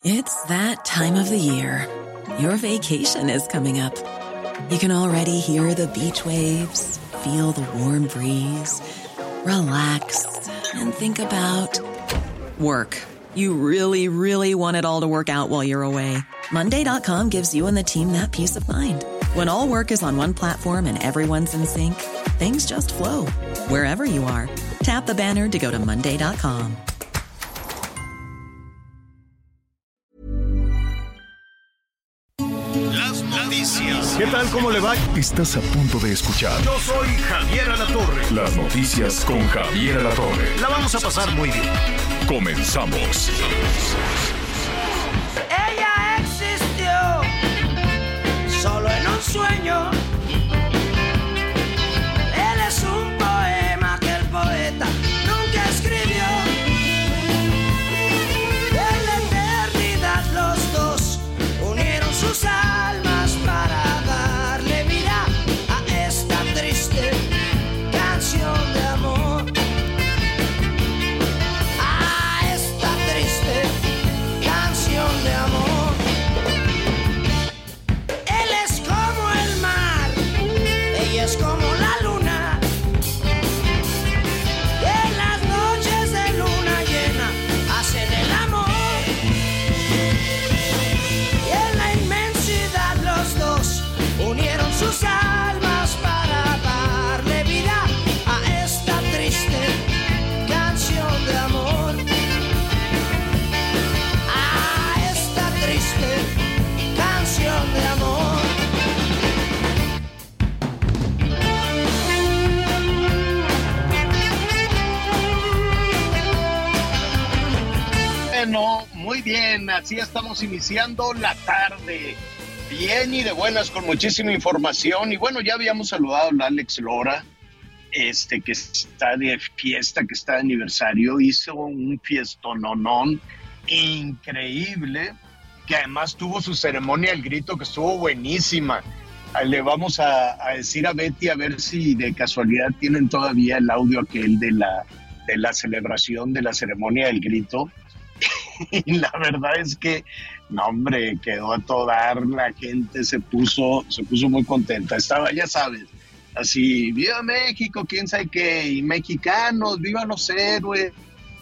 It's that time of the year. Your vacation is coming up. You can already hear the beach waves, feel the warm breeze, relax, and think about work. You really, really want it all to work out while you're away. Monday.com gives you and the team that peace of mind. When all work is on one platform and everyone's in sync, things just flow. Wherever you are, tap the banner to go to Monday.com. Las noticias. ¿Qué tal? ¿Cómo le va? Estás a punto de escuchar Yo soy Javier Alatorre. las noticias con Javier Alatorre. La vamos a pasar muy bien. Comenzamos. Ella existió solo en un sueño. Él es un poema que el poeta nunca escribió. En la eternidad los dos unieron sus almas para darle vida a esta triste canción de amor. A esta triste canción de amor. Él es como el mar, ella es como la luna. En las noches de luna llena hacen el amor. Y en la inmensidad los dos unieron sus almas para darle vida a esta triste canción de amor. A esta triste canción de amor. Bueno, muy bien, así estamos iniciando la tarde. Bien y de buenas, con muchísima información. Y bueno, ya habíamos saludado a Alex Lora, que está de fiesta, que está de aniversario. Hizo un fiestononón increíble, que además tuvo su ceremonia del grito, que estuvo buenísima. Le vamos a decir a Betty a ver si de casualidad tienen todavía el audio aquel de la celebración de la ceremonia del grito. Y la verdad es que, no hombre, quedó a todo dar, la gente se puso muy contenta. Estaba, ya sabes, así, viva México, quién sabe qué, y mexicanos, viva los héroes,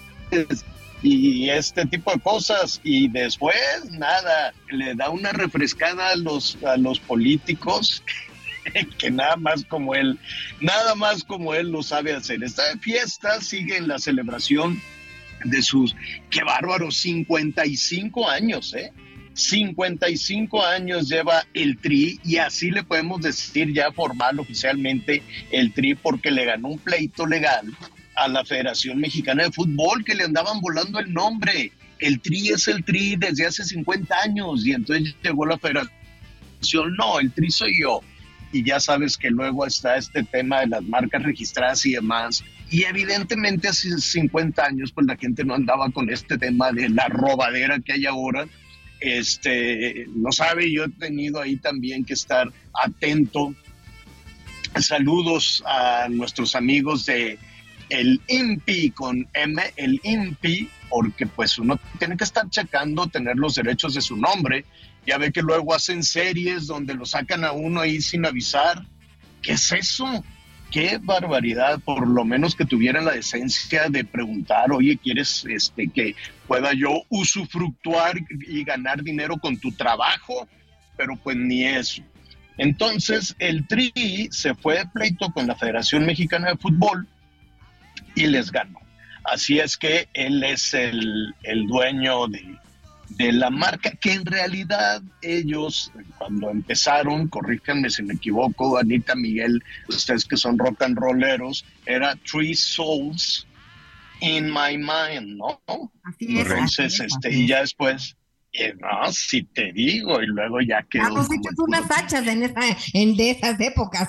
y este tipo de cosas. Y después, nada, le da una refrescada a los políticos, que nada más como él lo sabe hacer. Esta fiesta sigue en la celebración de sus, qué bárbaro, 55 años, 55 años lleva el Tri, y así le podemos decir ya formal, oficialmente, el Tri, porque le ganó un pleito legal a la Federación Mexicana de Fútbol, que le andaban volando el nombre. El Tri es el Tri desde hace 50 años, y entonces llegó la Federación, no, el Tri soy yo. Y ya sabes que luego está este tema de las marcas registradas y demás. Y evidentemente hace 50 años pues la gente no andaba con este tema de la robadera que hay ahora. No sabe, yo he tenido ahí también que estar atento. Saludos a nuestros amigos de el INPI con M, el INPI, porque pues uno tiene que estar checando, tener los derechos de su nombre. Ya ve que luego hacen series donde lo sacan a uno ahí sin avisar. ¿Qué es eso? ¡Qué barbaridad! Por lo menos que tuvieran la decencia de preguntar, oye, ¿quieres que pueda yo usufructuar y ganar dinero con tu trabajo? Pero pues ni eso. Entonces el Tri se fue de pleito con la Federación Mexicana de Fútbol y les ganó. Así es que él es el dueño de la marca, que en realidad ellos, cuando empezaron, corríjanme si me equivoco, Anita, Miguel, ustedes que son rock and rolleros, era Three Souls in My Mind, ¿no? Así es. Entonces, y ya después, no, si te digo, y luego ya quedó. Hemos hecho unas fachas de esas épocas.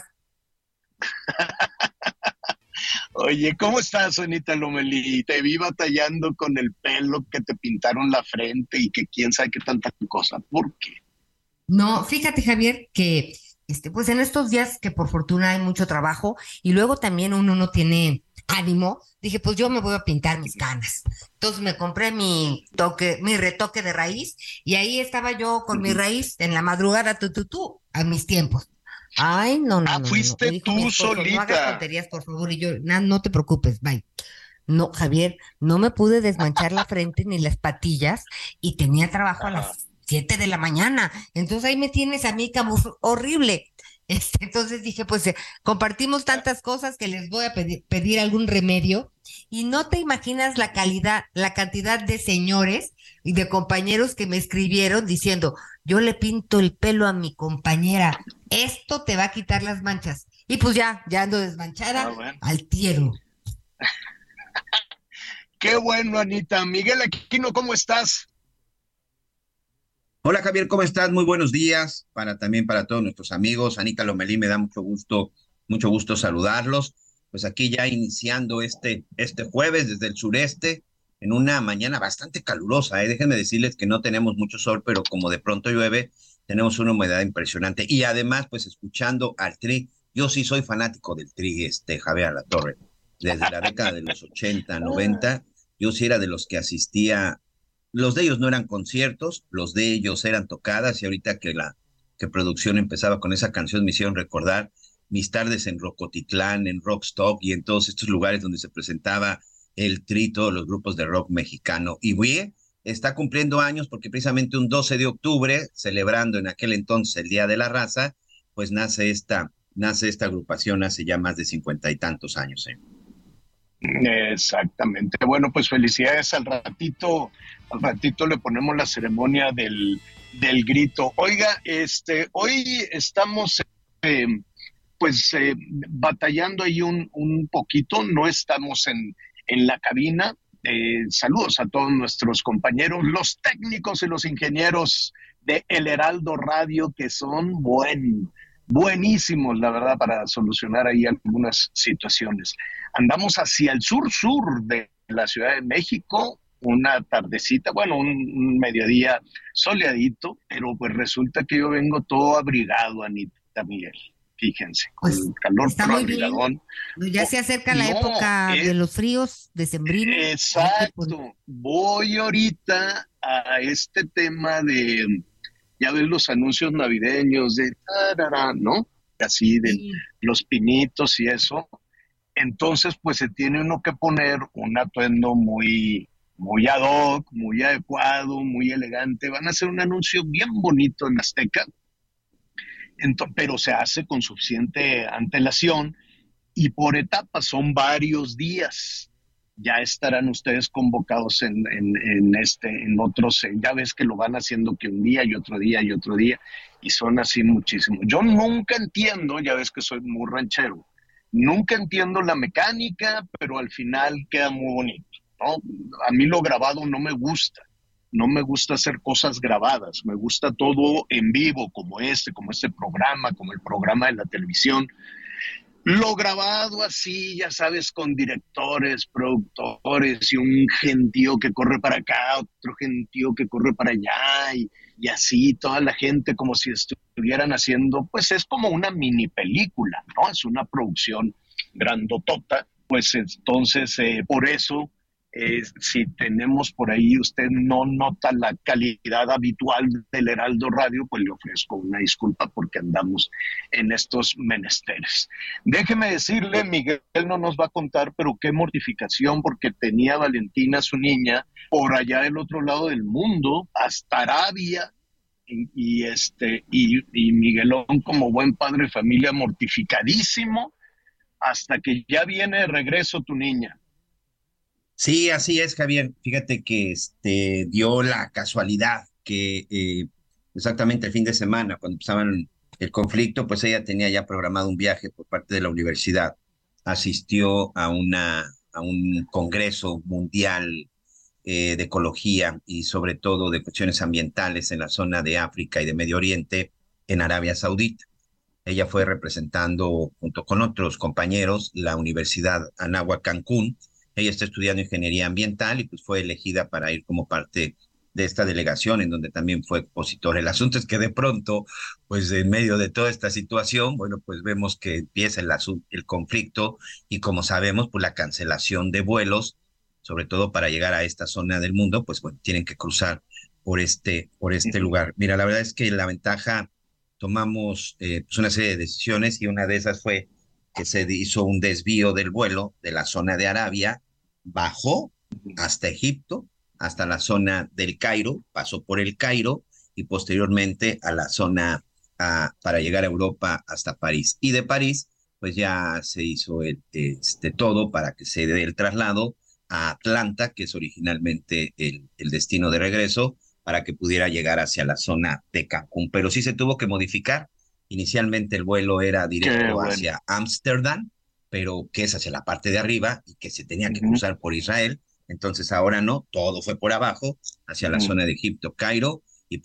Oye, ¿cómo estás, Anita Lomelí? Te vi batallando con el pelo, que te pintaron la frente y que quién sabe qué tanta cosa. ¿Por qué? No, fíjate, Javier, que pues en estos días que por fortuna hay mucho trabajo y luego también uno no tiene ánimo, dije, pues yo me voy a pintar mis canas. Entonces me compré mi retoque de raíz, y ahí estaba yo con mi raíz en la madrugada, a mis tiempos. Ay, no, no, Ah, no, no, no. Me fuiste dijo mi tú esposo, no hagas solita. tonterías, por favor. Y yo, no te preocupes, bye. No, Javier, no me pude desmanchar la frente ni las patillas, y tenía trabajo a Ajá. las 7 de la mañana. Entonces ahí me tienes a mí, horrible. Entonces dije, pues compartimos tantas cosas que les voy a pedir algún remedio, y no te imaginas la calidad, la cantidad de señores y de compañeros que me escribieron diciendo, yo le pinto el pelo a mi compañera, esto te va a quitar las manchas. Y pues ya ando Ah, desmanchada bueno. al tiro. Qué bueno, Anita. Miguel Aquino, ¿cómo estás? Hola Javier, ¿cómo estás? Muy buenos días también para todos nuestros amigos. Anita Lomelí, me da mucho gusto saludarlos. Pues aquí ya iniciando este jueves desde el sureste, en una mañana bastante calurosa, ¿eh? Déjenme decirles que no tenemos mucho sol, pero como de pronto llueve, tenemos una humedad impresionante. Y además, pues escuchando al Tri, yo sí soy fanático del Tri, Javier Alatorre. Desde la década de los 80, 90, yo sí era de los que asistía. Los de ellos no eran conciertos, los de ellos eran tocadas, y ahorita que producción empezaba con esa canción me hicieron recordar mis tardes en Rocotitlán, en Rockstock y en todos estos lugares donde se presentaba el Tri, todos los grupos de rock mexicano. Y Bue está cumpliendo años porque precisamente un 12 de octubre, celebrando en aquel entonces el Día de la Raza, pues nace esta agrupación hace ya más de 50 y tantos años, ¿eh? Exactamente. Bueno, pues felicidades al ratito le ponemos la ceremonia del grito. Oiga, hoy estamos eh, batallando ahí un poquito, no estamos en la cabina. Saludos a todos nuestros compañeros, los técnicos y los ingenieros de El Heraldo Radio, que son buenísimos, la verdad, para solucionar ahí algunas situaciones. Andamos hacia el sur de la Ciudad de México, una tardecita, bueno, un mediodía soleadito, pero pues resulta que yo vengo todo abrigado, Anita, Miguel. Fíjense, con Pues el calor, está pero muy bien. abrigadón. Ya se acerca la No, época de los fríos decembrinos. exacto. Voy ahorita a este tema de, ya ves los anuncios navideños de tarara, ¿no? Así de Sí. los pinitos y eso. Entonces, pues se tiene uno que poner un atuendo muy ad hoc, muy adecuado, muy elegante. Van a hacer un anuncio bien bonito en Azteca, pero se hace con suficiente antelación y por etapas, son varios días. Ya estarán ustedes convocados en otros, ya ves que lo van haciendo que un día y otro día y otro día, y son así muchísimos. Yo nunca entiendo, ya ves que soy muy ranchero, nunca entiendo la mecánica, pero al final queda muy bonito, ¿no? A mí lo grabado no me gusta hacer cosas grabadas, me gusta todo en vivo, como este programa, como el programa de la televisión. Lo grabado así, ya sabes, con directores, productores y un gentío que corre para acá, otro gentío que corre para allá y así toda la gente como si estuvieran haciendo, pues es como una mini película, ¿no? Es una producción grandotota, pues entonces por eso si tenemos por ahí, usted no nota la calidad habitual del Heraldo Radio, pues le ofrezco una disculpa porque andamos en estos menesteres. Déjeme decirle, Miguel no nos va a contar, pero qué mortificación, porque tenía Valentina, su niña, por allá del otro lado del mundo, hasta Arabia, y Miguelón, como buen padre de familia, mortificadísimo, hasta que ya viene de regreso tu niña. Sí, así es, Javier. Fíjate que dio la casualidad que exactamente el fin de semana, cuando empezaban el conflicto, pues ella tenía ya programado un viaje por parte de la universidad. Asistió a un congreso mundial de ecología y sobre todo de cuestiones ambientales en la zona de África y de Medio Oriente en Arabia Saudita. Ella fue representando junto con otros compañeros la Universidad Anáhuac Cancún. Ella está estudiando ingeniería ambiental y pues fue elegida para ir como parte de esta delegación, en donde también fue expositor. El asunto es que de pronto, pues en medio de toda esta situación, bueno, pues vemos que empieza el conflicto y como sabemos, pues la cancelación de vuelos, sobre todo para llegar a esta zona del mundo, pues bueno, tienen que cruzar por este lugar. Mira, la verdad es que la ventaja, tomamos pues una serie de decisiones y una de esas fue que se hizo un desvío del vuelo de la zona de Arabia, bajó hasta Egipto, hasta la zona del Cairo, pasó por el Cairo y posteriormente a la zona para llegar a Europa hasta París. Y de París, pues ya se hizo todo para que se dé el traslado a Atlanta, que es originalmente el destino de regreso, para que pudiera llegar hacia la zona de Cancún. Pero sí se tuvo que modificar. Inicialmente el vuelo era directo bueno. hacia Ámsterdam, pero que es hacia la parte de arriba y que se tenía que cruzar por Israel. Entonces ahora no, todo fue por abajo, hacia la zona de Egipto, Cairo. Y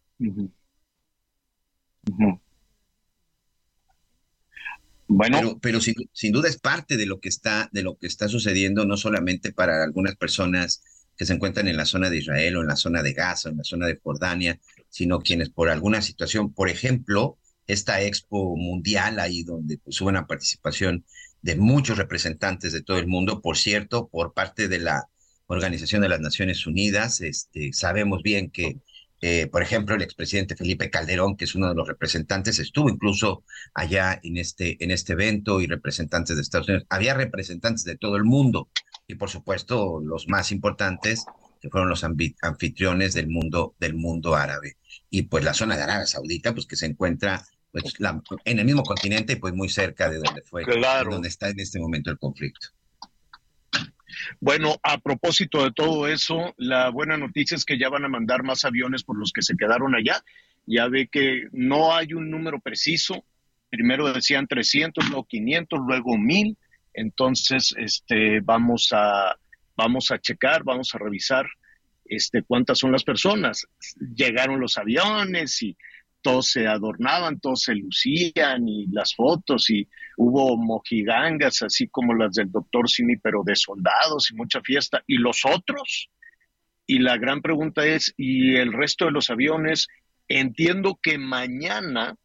Bueno, pero sin duda es parte de lo que está sucediendo, no solamente para algunas personas que se encuentran en la zona de Israel o en la zona de Gaza o en la zona de Jordania, sino quienes por alguna situación, por ejemplo, esta Expo Mundial, ahí donde pues, hubo una participación de muchos representantes de todo el mundo, por cierto, por parte de la Organización de las Naciones Unidas. Sabemos bien que, por ejemplo, el expresidente Felipe Calderón, que es uno de los representantes, estuvo incluso allá en este evento, y representantes de Estados Unidos. Había representantes de todo el mundo y, por supuesto, los más importantes, que fueron los anfitriones del mundo árabe. Y pues la zona de Arabia Saudita, pues que se encuentra pues, en el mismo continente y pues muy cerca de donde fue, claro. donde está en este momento el conflicto. Bueno, a propósito de todo eso, la buena noticia es que ya van a mandar más aviones por los que se quedaron allá. Ya ve que no hay un número preciso. Primero decían 300, luego 500, luego 1000. Entonces, vamos a checar, vamos a revisar cuántas son las personas. Llegaron los aviones y todos se adornaban, todos se lucían, y las fotos, y hubo mojigangas así como las del doctor Simi, pero de soldados, y mucha fiesta. ¿Y los otros? Y la gran pregunta es, ¿y el resto de los aviones? Entiendo que mañana,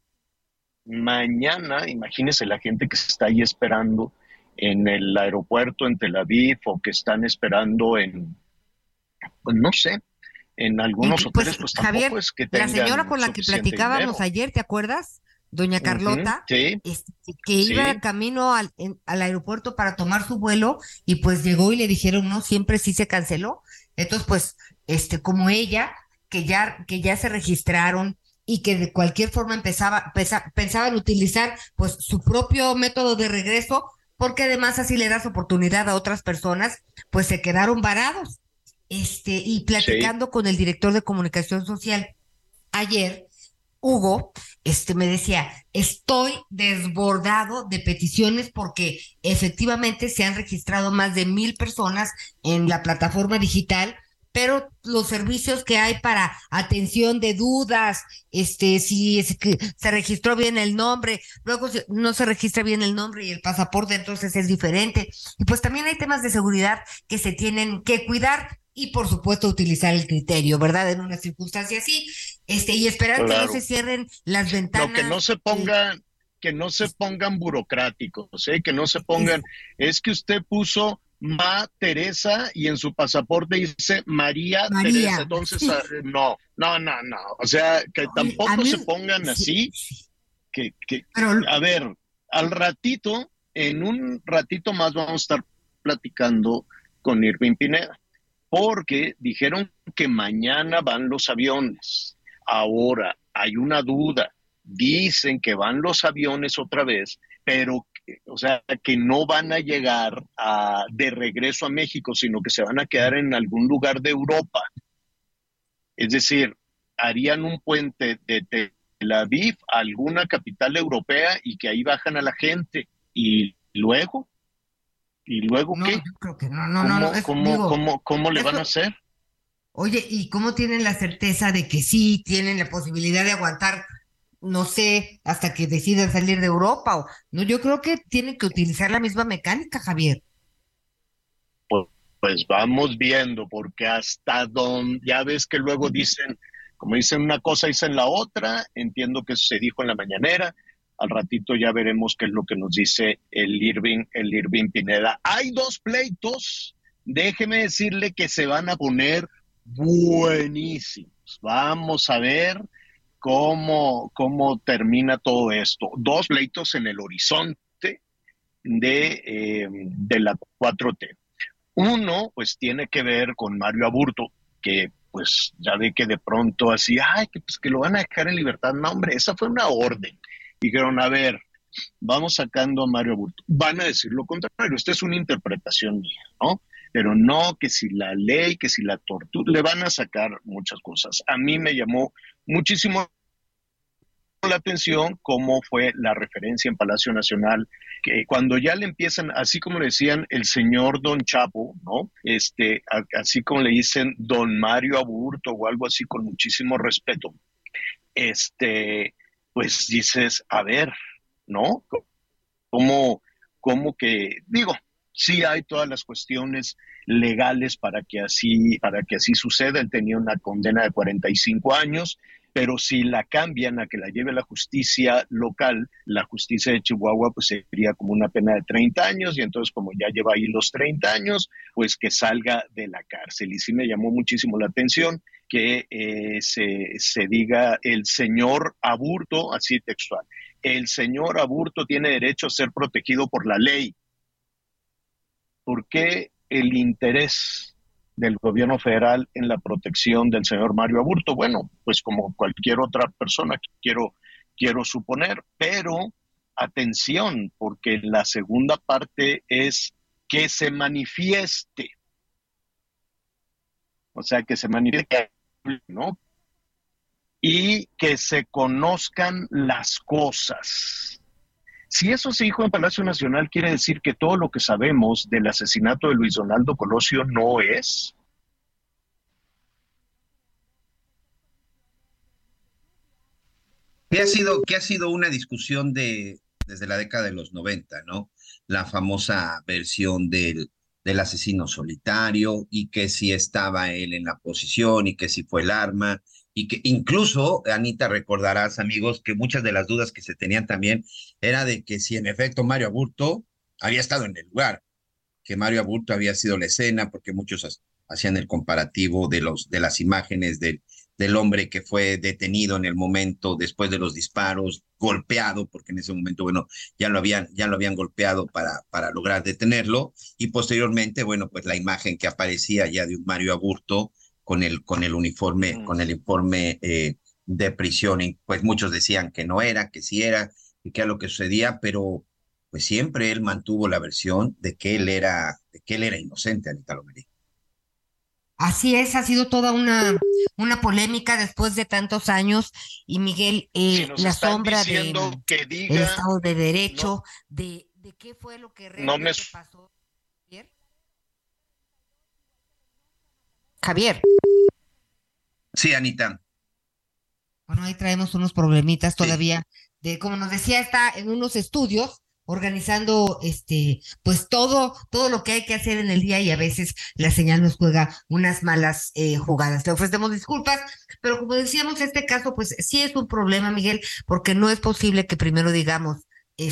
imagínese la gente que se está ahí esperando en el aeropuerto en Tel Aviv, o que están esperando pues no sé, en algunos hoteles, pues tampoco Javier, es que la tengan señora con la que suficiente platicábamos dinero. ayer, ¿te acuerdas? Doña Carlota, Sí, que iba sí. camino al aeropuerto para tomar su vuelo, y pues llegó y le dijeron, no, siempre sí se canceló. Entonces, pues, como ella, que ya se registraron y que de cualquier forma pensaban utilizar pues su propio método de regreso, porque además así le das oportunidad a otras personas, pues se quedaron varados. Y platicando con el director de comunicación social ayer, Hugo, me decía, estoy desbordado de peticiones porque efectivamente se han registrado más de 1000 personas en la plataforma digital, pero los servicios que hay para atención de dudas, si es que se registró bien el nombre, luego no se registra bien el nombre y el pasaporte, entonces es diferente. Y pues también hay temas de seguridad que se tienen que cuidar. Y por supuesto utilizar el criterio, ¿verdad? En una circunstancia así, y esperar que no se cierren las ventanas. No, que no se pongan burocráticos, que no se pongan, es que usted puso Teresa y en su pasaporte dice María. Teresa, entonces no, o sea, que tampoco se pongan así, pero, a ver, en un ratito más vamos a estar platicando con Irving Pineda, porque dijeron que mañana van los aviones. Ahora hay una duda. Dicen que van los aviones otra vez, pero, o sea, que no van a llegar de regreso a México, sino que se van a quedar en algún lugar de Europa. Es decir, harían un puente de Tel Aviv a alguna capital europea y que ahí bajan a la gente. ¿Y luego? No, qué? Yo creo que no. ¿Cómo le van a hacer? Oye, ¿y cómo tienen la certeza de que sí tienen la posibilidad de aguantar, no sé, hasta que decidan salir de Europa? No, yo creo que tienen que utilizar la misma mecánica, Javier. Pues vamos viendo, porque hasta donde, ya ves que luego dicen, como dicen una cosa, dicen la otra, entiendo que se dijo en la mañanera, al ratito ya veremos qué es lo que nos dice el Irving Pineda. Hay dos pleitos, déjeme decirle que se van a poner buenísimos. Vamos a ver cómo termina todo esto. Dos pleitos en el horizonte de la 4T. Uno, pues tiene que ver con Mario Aburto, que pues ya ve que de pronto así, que lo van a dejar en libertad. No, hombre, esa fue una orden. Dijeron, a ver, vamos sacando a Mario Aburto. Van a decir lo contrario, esta es una interpretación mía, ¿no? Pero no, que si la ley, que si la tortura, le van a sacar muchas cosas. A mí me llamó muchísimo la atención cómo fue la referencia en Palacio Nacional, que cuando ya le empiezan, así como le decían el señor Don Chapo, ¿no? Así como le dicen Don Mario Aburto o algo así con muchísimo respeto, pues dices, a ver, ¿no? ¿Cómo que, digo, sí hay todas las cuestiones legales para que así suceda. Él tenía una condena de 45 años, pero si la cambian a que la lleve la justicia local, la justicia de Chihuahua, pues sería como una pena de 30 años, y entonces como ya lleva ahí los 30 años, pues que salga de la cárcel. Y sí me llamó muchísimo la atención que se diga el señor Aburto, así textual, el señor Aburto tiene derecho a ser protegido por la ley. ¿Por qué el interés del gobierno federal en la protección del señor Mario Aburto? Bueno, pues como cualquier otra persona, quiero suponer, pero atención, porque la segunda parte es que se manifieste. O sea, que se manifieste, ¿no? Y que se conozcan las cosas. Si eso se dijo en Palacio Nacional, quiere decir que todo lo que sabemos del asesinato de Luis Donaldo Colosio no es. Que ha sido una discusión desde la década de los 90, ¿no? La famosa versión del asesino solitario, y que si estaba él en la posición y que si fue el arma, y que incluso, Anita, recordarás, amigos, que muchas de las dudas que se tenían también era de que si en efecto Mario Aburto había estado en el lugar, que Mario Aburto había sido la escena, porque muchos hacían el comparativo de las imágenes del hombre que fue detenido en el momento después de los disparos, golpeado, porque en ese momento, bueno, ya lo habían golpeado para lograr detenerlo, y posteriormente, bueno, pues la imagen que aparecía ya de un Mario Aburto con el uniforme de prisión, y pues muchos decían que no era, que sí era, y que era lo que sucedía, pero pues siempre él mantuvo la versión de que él era inocente, Anita Lomelí. Así es, ha sido toda una polémica después de tantos años, y Miguel, Si nos la están sombra diciendo que del diga, Estado de Derecho, no, de qué fue lo que no me... realmente pasó. Javier. Sí, Anita. Bueno, ahí traemos unos problemitas Sí. todavía como nos decía, está en unos estudios organizando pues todo lo que hay que hacer en el día, y a veces la señal nos juega unas malas jugadas. Le ofrecemos disculpas, pero como decíamos, este caso pues sí es un problema, Miguel, porque no es posible que primero digamos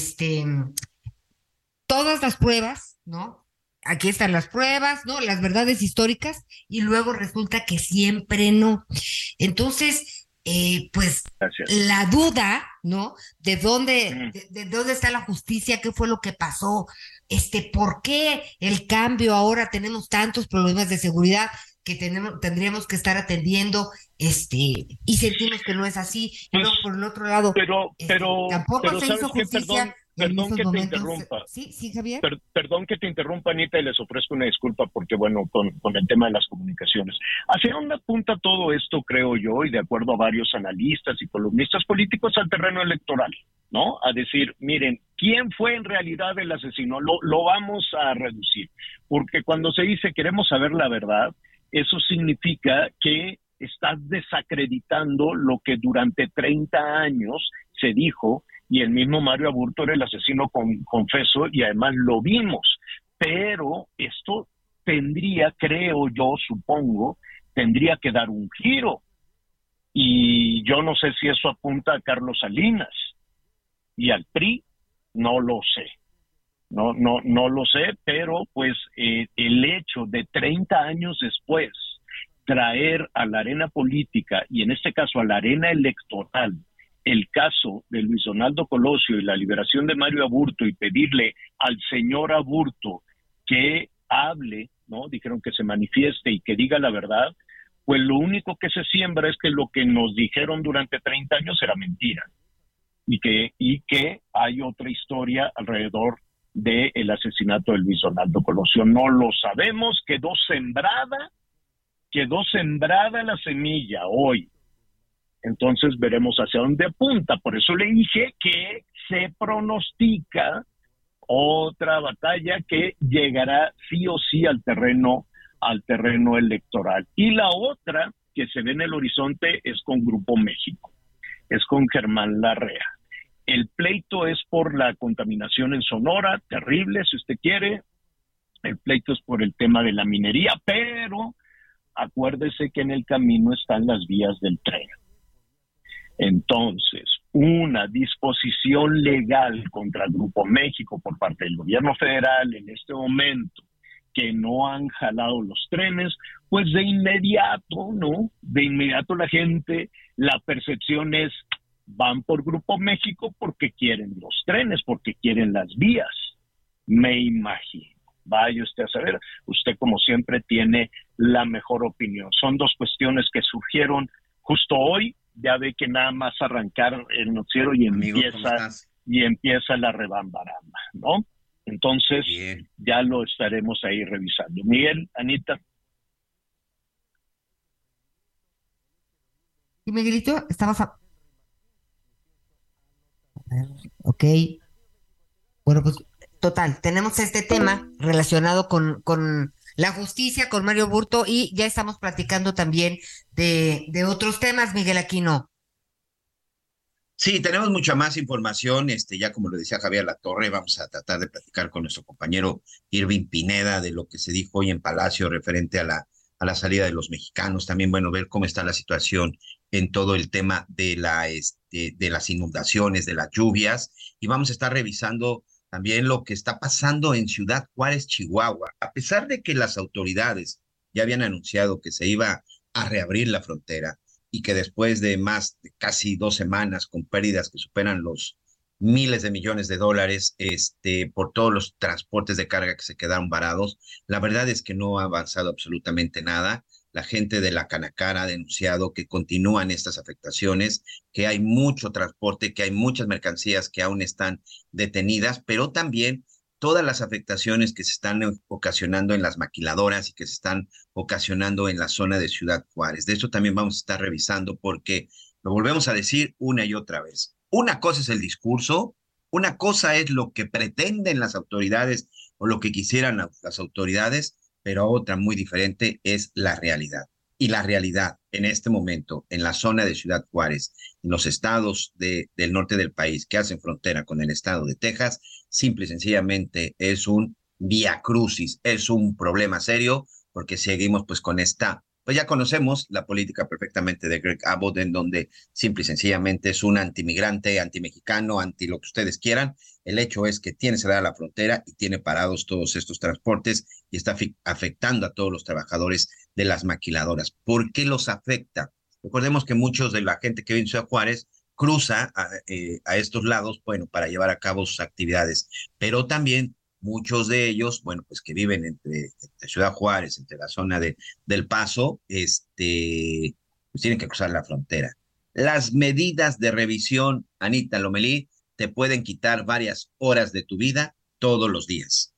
todas las pruebas, ¿no? Aquí están las pruebas, ¿no? Las verdades históricas, y luego resulta que siempre no. Entonces, pues Gracias. la duda, ¿no? ¿De dónde está la justicia? ¿Qué fue lo que pasó? ¿Por qué el cambio ahora? Tenemos tantos problemas de seguridad que tendríamos que estar atendiendo, y sentimos que no es así. Y luego, por el otro lado, tampoco se ¿sabes hizo qué? justicia. Perdón que te interrumpa. Sí, Javier. Perdón que te interrumpa, Anita, y les ofrezco una disculpa porque, bueno, con el tema de las comunicaciones. Hacia dónde apunta todo esto, creo yo, y de acuerdo a varios analistas y columnistas políticos, al terreno electoral, ¿no? A decir, miren, ¿quién fue en realidad el asesino? Lo vamos a reducir, porque cuando se dice queremos saber la verdad, eso significa que estás desacreditando lo que durante 30 años se dijo, y el mismo Mario Aburto era el asesino confeso, y además lo vimos. Pero esto tendría, creo yo, supongo, tendría que dar un giro. Y yo no sé si eso apunta a Carlos Salinas y al PRI, no lo sé. No lo sé, pero pues el hecho de 30 años después traer a la arena política y en este caso a la arena electoral el caso de Luis Donaldo Colosio y la liberación de Mario Aburto y pedirle al señor Aburto que hable, ¿no? Dijeron que se manifieste y que diga la verdad, pues lo único que se siembra es que lo que nos dijeron durante 30 años era mentira y que hay otra historia alrededor del asesinato de Luis Donaldo Colosio. No lo sabemos, quedó sembrada la semilla hoy. Entonces veremos hacia dónde apunta. Por eso le dije que se pronostica otra batalla que llegará sí o sí al terreno electoral. Y la otra que se ve en el horizonte es con Grupo México, es con Germán Larrea. El pleito es por la contaminación en Sonora, terrible si usted quiere. El pleito es por el tema de la minería, pero acuérdese que en el camino están las vías del tren. Entonces, una disposición legal contra el Grupo México por parte del gobierno federal en este momento, que no han jalado los trenes, pues de inmediato, ¿no? De inmediato la gente, la percepción es, van por Grupo México porque quieren los trenes, porque quieren las vías. Me imagino. Vaya usted a saber, usted como siempre tiene la mejor opinión. Son dos cuestiones que surgieron justo hoy, ya ve que nada más arrancar el noticiero y Amigo, empieza la rebambaramba, ¿no? Entonces, bien, ya lo estaremos ahí revisando. Miguel, Anita. Y Miguelito, estabas ok. Bueno, pues total, tenemos este tema relacionado con la justicia, con Mario Burto, y ya estamos platicando también de otros temas, Miguel Aquino. Sí, tenemos mucha más información, ya como lo decía Javier Latorre, vamos a tratar de platicar con nuestro compañero Irving Pineda de lo que se dijo hoy en Palacio referente a la salida de los mexicanos, también, bueno, ver cómo está la situación en todo el tema de de las inundaciones, de las lluvias, y vamos a estar revisando también lo que está pasando en Ciudad Juárez, Chihuahua. A pesar de que las autoridades ya habían anunciado que se iba a reabrir la frontera, y que después de más de casi 2 semanas con pérdidas que superan los miles de millones de dólares, por todos los transportes de carga que se quedaron varados, la verdad es que no ha avanzado absolutamente nada. La gente de la Canacar ha denunciado que continúan estas afectaciones, que hay mucho transporte, que hay muchas mercancías que aún están detenidas, pero también todas las afectaciones que se están ocasionando en las maquiladoras y que se están ocasionando en la zona de Ciudad Juárez. De eso también vamos a estar revisando porque lo volvemos a decir una y otra vez. Una cosa es el discurso, una cosa es lo que pretenden las autoridades o lo que quisieran las autoridades, pero otra muy diferente es la realidad. Y la realidad en este momento en la zona de Ciudad Juárez, en los estados del norte del país que hacen frontera con el estado de Texas, simple y sencillamente es un viacrucis, es un problema serio, porque seguimos pues con pues ya conocemos la política perfectamente de Greg Abbott, en donde simple y sencillamente es un antimigrante, antimexicano, anti lo que ustedes quieran. El hecho es que tiene cerrada la frontera y tiene parados todos estos transportes y está afectando a todos los trabajadores de las maquiladoras. ¿Por qué los afecta? Recordemos que muchos de la gente que vive en Ciudad Juárez cruza a estos lados, bueno, para llevar a cabo sus actividades, pero también muchos de ellos, bueno, pues que viven entre Ciudad Juárez, entre la zona del Paso, pues tienen que cruzar la frontera. Las medidas de revisión, Anita Lomelí, te pueden quitar varias horas de tu vida todos los días.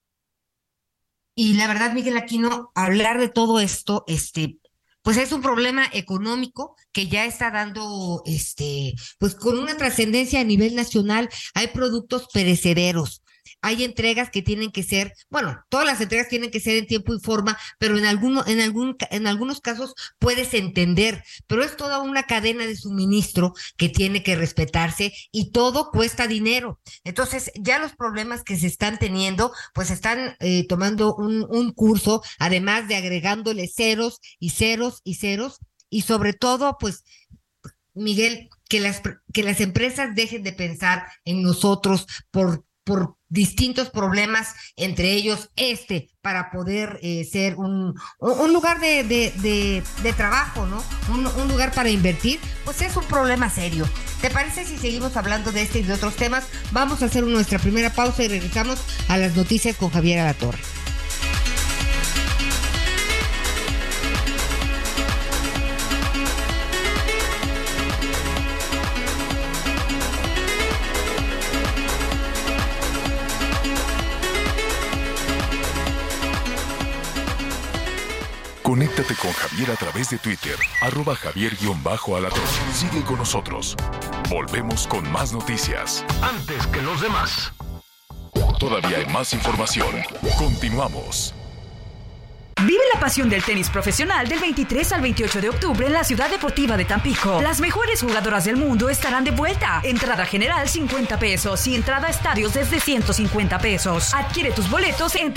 Y la verdad, Miguel Aquino, hablar de todo esto, pues es un problema económico que ya está dando, pues con una trascendencia a nivel nacional. Hay productos perecederos, hay entregas que tienen que ser, bueno, todas las entregas tienen que ser en tiempo y forma, pero en algunos casos puedes entender, pero es toda una cadena de suministro que tiene que respetarse y todo cuesta dinero. Entonces, ya los problemas que se están teniendo, pues están tomando un curso, además de agregándole ceros y ceros y ceros, y sobre todo, pues, Miguel, que las empresas dejen de pensar en nosotros por distintos problemas, entre ellos para poder ser un lugar de trabajo, ¿no? Un lugar para invertir, pues es un problema serio. ¿Te parece si seguimos hablando de este y de otros temas? Vamos a hacer nuestra primera pausa y regresamos a las noticias con Javier Alatorre. Conéctate con Javier a través de Twitter, @Javier_Alatorre. Sigue con nosotros. Volvemos con más noticias. Antes que los demás. Todavía hay más información. Continuamos. Vive la pasión del tenis profesional del 23 al 28 de octubre en la Ciudad Deportiva de Tampico. Las mejores jugadoras del mundo estarán de vuelta. Entrada general 50 pesos y entrada a estadios desde 150 pesos. Adquiere tus boletos en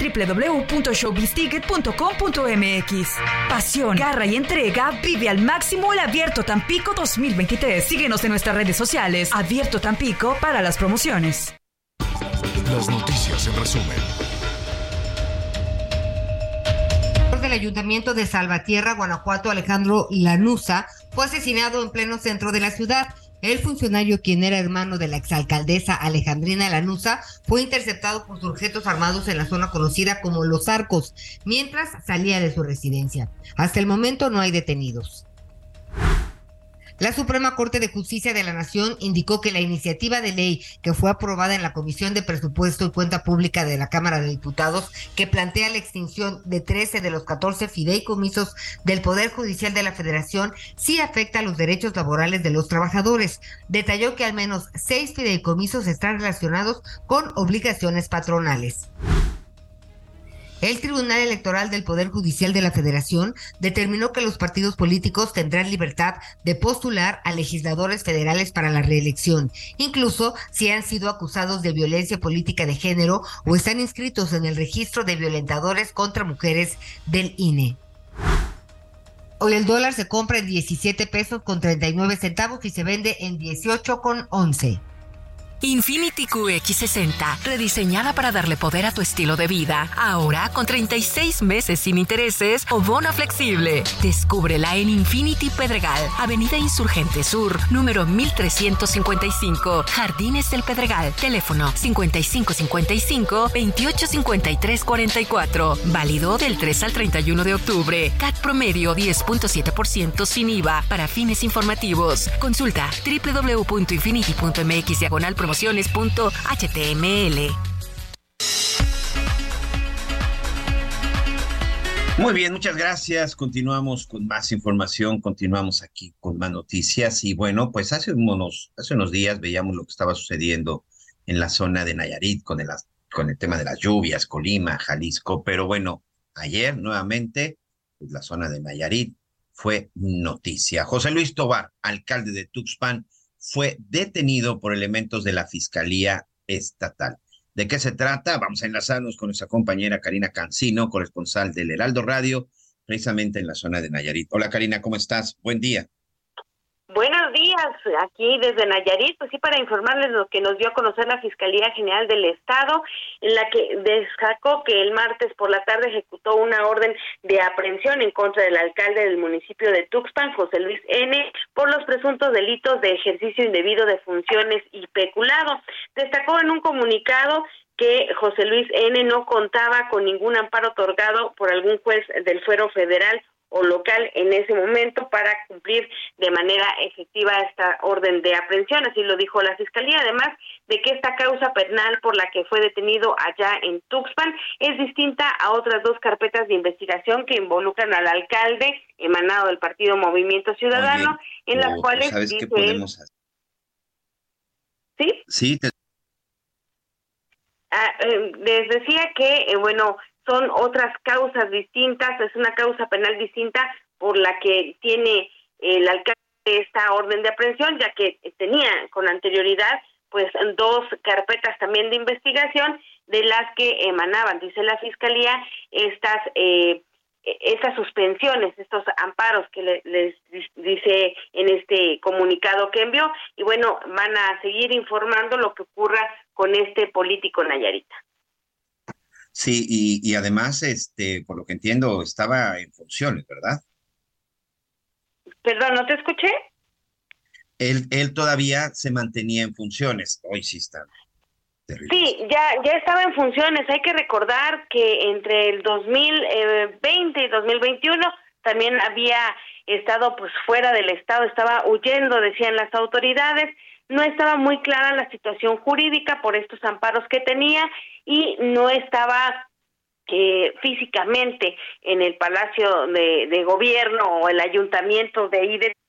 www.showbizticket.com.mx. Pasión, garra y entrega. Vive al máximo el Abierto Tampico 2023. Síguenos en nuestras redes sociales. Abierto Tampico para las promociones. Las noticias en resumen. Del Ayuntamiento de Salvatierra, Guanajuato, Alejandro Lanuza, fue asesinado en pleno centro de la ciudad. El funcionario, quien era hermano de la exalcaldesa Alejandrina Lanuza, fue interceptado por sujetos armados en la zona conocida como Los Arcos, mientras salía de su residencia. Hasta el momento no hay detenidos. La Suprema Corte de Justicia de la Nación indicó que la iniciativa de ley que fue aprobada en la Comisión de Presupuesto y Cuenta Pública de la Cámara de Diputados, que plantea la extinción de 13 de los 14 fideicomisos del Poder Judicial de la Federación, sí afecta a los derechos laborales de los trabajadores. Detalló que al menos 6 fideicomisos están relacionados con obligaciones patronales. El Tribunal Electoral del Poder Judicial de la Federación determinó que los partidos políticos tendrán libertad de postular a legisladores federales para la reelección, incluso si han sido acusados de violencia política de género o están inscritos en el registro de violentadores contra mujeres del INE. Hoy el dólar se compra en 17 pesos con 39 centavos y se vende en 18 con 11. Infiniti QX60, rediseñada para darle poder a tu estilo de vida. Ahora con 36 meses sin intereses o bono flexible. Descúbrela en Infiniti Pedregal, Avenida Insurgente Sur, número 1355, Jardines del Pedregal. Teléfono 5555-285344. Válido del 3 al 31 de octubre. CAT promedio 10.7% sin IVA para fines informativos. Consulta www.infiniti.mx/promociones.html. Muy bien, muchas gracias. Continuamos con más información, continuamos aquí con más noticias. Y bueno, pues hace unos días veíamos lo que estaba sucediendo en la zona de Nayarit con el tema de las lluvias, Colima, Jalisco. Pero bueno, ayer nuevamente, pues la zona de Nayarit fue noticia. José Luis Tovar, alcalde de Tuxpan, fue detenido por elementos de la Fiscalía Estatal. ¿De qué se trata? Vamos a enlazarnos con nuestra compañera Karina Cancino, corresponsal del Heraldo Radio, precisamente en la zona de Nayarit. Hola Karina, ¿cómo estás? Buen día. Buenos días, aquí desde Nayarit, pues sí, para informarles lo que nos dio a conocer la Fiscalía General del Estado, en la que destacó que el martes por la tarde ejecutó una orden de aprehensión en contra del alcalde del municipio de Tuxpan, José Luis N., por los presuntos delitos de ejercicio indebido de funciones y peculado. Destacó en un comunicado que José Luis N. no contaba con ningún amparo otorgado por algún juez del fuero federal o local en ese momento para cumplir de manera efectiva esta orden de aprehensión, así lo dijo la Fiscalía, además de que esta causa penal por la que fue detenido allá en Tuxpan es distinta a otras 2 carpetas de investigación que involucran al alcalde emanado del partido Movimiento Ciudadano, en las cuales ¿sabes dice qué podemos hacer? ¿Sí? Sí, les decía que, bueno, son otras causas distintas, es una causa penal distinta por la que tiene el alcalde esta orden de aprehensión, ya que tenía con anterioridad pues 2 carpetas también de investigación de las que emanaban, dice la Fiscalía, estas suspensiones, estos amparos que les dice en este comunicado que envió, y bueno, van a seguir informando lo que ocurra con este político nayarita. Sí, y además, por lo que entiendo, estaba en funciones, ¿verdad? Perdón, ¿no te escuché? Él todavía se mantenía en funciones. Hoy sí está terrible. Sí, ya estaba en funciones. Hay que recordar que entre el 2020 y 2021 también había estado pues fuera del estado, estaba huyendo, decían las autoridades. No estaba muy clara la situación jurídica por estos amparos que tenía y no estaba físicamente en el Palacio de Gobierno o el ayuntamiento de ahí de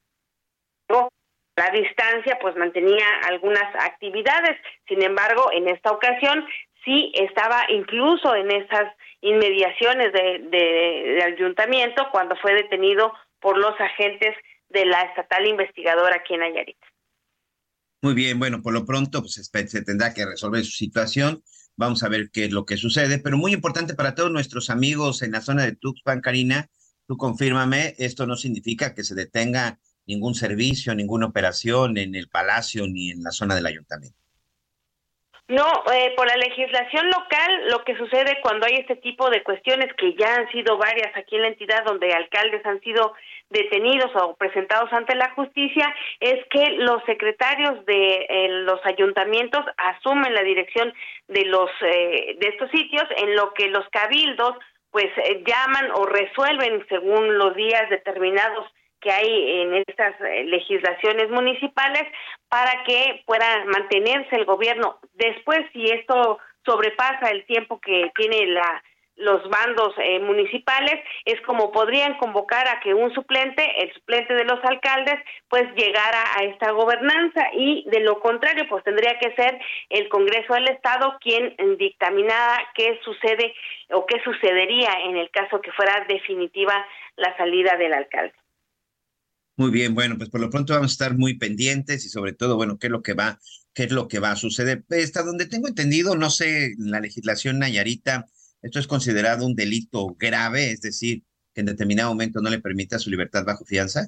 la distancia, pues mantenía algunas actividades. Sin embargo, en esta ocasión sí estaba incluso en esas inmediaciones del ayuntamiento cuando fue detenido por los agentes de la estatal investigadora aquí en Nayarit. Muy bien, bueno, por lo pronto pues se tendrá que resolver su situación. Vamos a ver qué es lo que sucede, pero muy importante para todos nuestros amigos en la zona de Tuxpan, Karina, tú confírmame, esto no significa que se detenga ningún servicio, ninguna operación en el Palacio ni en la zona del ayuntamiento. No, por la legislación local, lo que sucede cuando hay este tipo de cuestiones, que ya han sido varias aquí en la entidad donde alcaldes han sido detenidos o presentados ante la justicia, es que los secretarios de los ayuntamientos asumen la dirección de de estos sitios, en lo que los cabildos pues llaman o resuelven según los días determinados que hay en estas legislaciones municipales para que pueda mantenerse el gobierno. Después, si esto sobrepasa el tiempo que tiene los bandos municipales, es como podrían convocar a que un suplente, el suplente de los alcaldes, pues llegara a esta gobernanza, y de lo contrario, pues tendría que ser el Congreso del Estado quien dictaminara qué sucede o qué sucedería en el caso que fuera definitiva la salida del alcalde. Muy bien, bueno, pues por lo pronto vamos a estar muy pendientes y sobre todo, bueno, qué es lo que va a suceder. Hasta donde tengo entendido, no sé, en la legislación nayarita, esto es considerado un delito grave, es decir, que en determinado momento no le permita su libertad bajo fianza.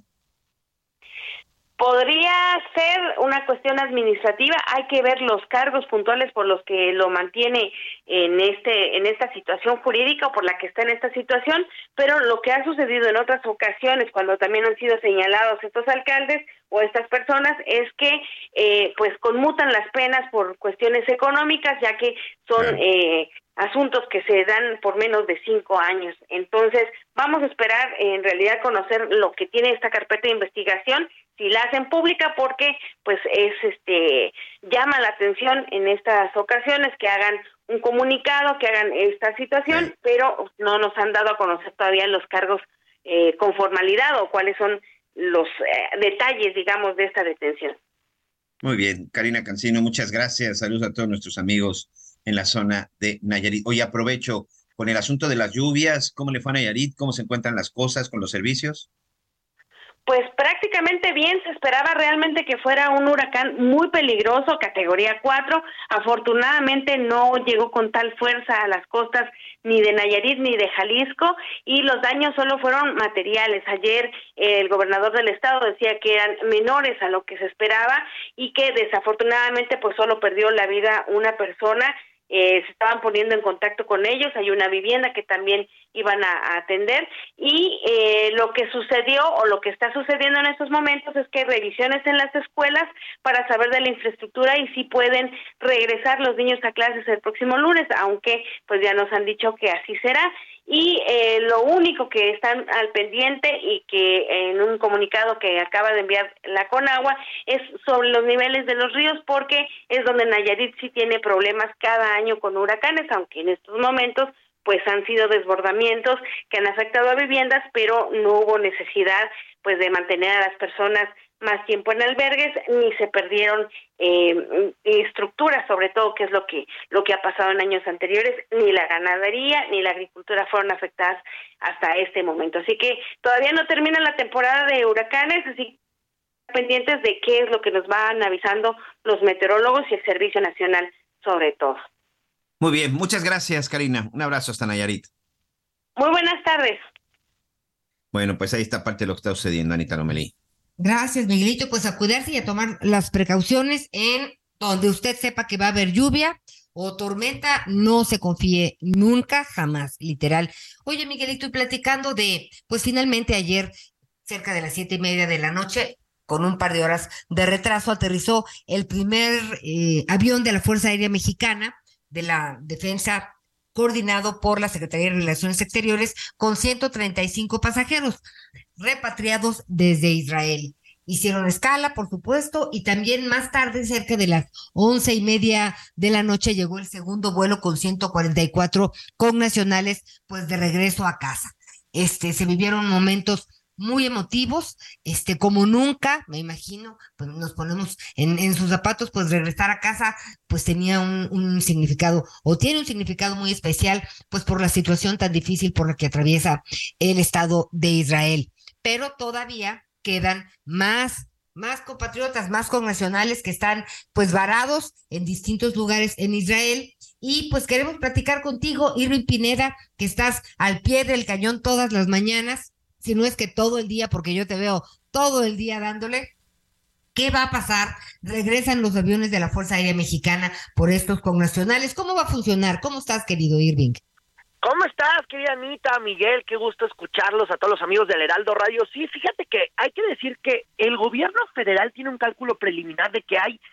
Podría ser una cuestión administrativa, hay que ver los cargos puntuales por los que lo mantiene en esta situación jurídica o por la que está en esta situación, pero lo que ha sucedido en otras ocasiones cuando también han sido señalados estos alcaldes o estas personas es que pues conmutan las penas por cuestiones económicas, ya que son asuntos que se dan por menos de 5 años. Entonces, vamos a esperar en realidad conocer lo que tiene esta carpeta de investigación, si la hacen pública, porque pues llama la atención en estas ocasiones que hagan un comunicado, que hagan esta situación, pero no nos han dado a conocer todavía los cargos con formalidad o cuáles son los detalles, digamos, de esta detención. Muy bien, Karina Cancino, muchas gracias. Saludos a todos nuestros amigos en la zona de Nayarit. Hoy aprovecho con el asunto de las lluvias. ¿Cómo le fue a Nayarit? ¿Cómo se encuentran las cosas con los servicios? Pues prácticamente bien, se esperaba realmente que fuera un huracán muy peligroso, categoría 4, afortunadamente no llegó con tal fuerza a las costas ni de Nayarit ni de Jalisco, y los daños solo fueron materiales. Ayer el gobernador del estado decía que eran menores a lo que se esperaba y que desafortunadamente pues solo perdió la vida una persona. Se estaban poniendo en contacto con ellos, hay una vivienda que también iban a atender, y lo que sucedió o lo que está sucediendo en estos momentos es que hay revisiones en las escuelas para saber de la infraestructura y si pueden regresar los niños a clases el próximo lunes, aunque pues ya nos han dicho que así será. Y lo único que están al pendiente y que en un comunicado que acaba de enviar la Conagua es sobre los niveles de los ríos, porque es donde Nayarit sí tiene problemas cada año con huracanes, aunque en estos momentos pues han sido desbordamientos que han afectado a viviendas, pero no hubo necesidad pues de mantener a las personas más tiempo en albergues, ni se perdieron estructuras, sobre todo, que es lo que ha pasado en años anteriores. Ni la ganadería ni la agricultura fueron afectadas hasta este momento. Así que todavía no termina la temporada de huracanes, así pendientes de qué es lo que nos van avisando los meteorólogos y el Servicio Nacional sobre todo. Muy bien, muchas gracias, Karina. Un abrazo hasta Nayarit. Muy buenas tardes. Bueno, pues ahí está parte de lo que está sucediendo, Anita Lomelí. Gracias, Miguelito. Pues a cuidarse y a tomar las precauciones en donde usted sepa que va a haber lluvia o tormenta. No se confíe nunca, jamás, literal. Oye, Miguelito, y platicando pues finalmente ayer, cerca de las 7:30 de la noche, con un par de horas de retraso, aterrizó el primer avión de la Fuerza Aérea Mexicana de la Defensa, coordinado por la Secretaría de Relaciones Exteriores, con 135 pasajeros repatriados desde Israel. Hicieron escala, por supuesto, y también más tarde, cerca de las 11:30 de la noche, llegó el segundo vuelo con 144 connacionales, pues de regreso a casa. Se vivieron momentos muy emotivos, como nunca, me imagino, pues nos ponemos en sus zapatos, pues regresar a casa, pues tenía un significado, o tiene un significado muy especial, pues por la situación tan difícil por la que atraviesa el Estado de Israel. Pero todavía quedan más compatriotas, más connacionales que están pues varados en distintos lugares en Israel. Y pues queremos platicar contigo, Irving Pineda, que estás al pie del cañón todas las mañanas, si no es que todo el día, porque yo te veo todo el día dándole. ¿Qué va a pasar? Regresan los aviones de la Fuerza Aérea Mexicana por estos connacionales. ¿Cómo va a funcionar? ¿Cómo estás, querido Irving? ¿Cómo estás, querida Anita, Miguel? Qué gusto escucharlos, a todos los amigos del Heraldo Radio. Sí, fíjate que hay que decir que el gobierno federal tiene un cálculo preliminar de que hay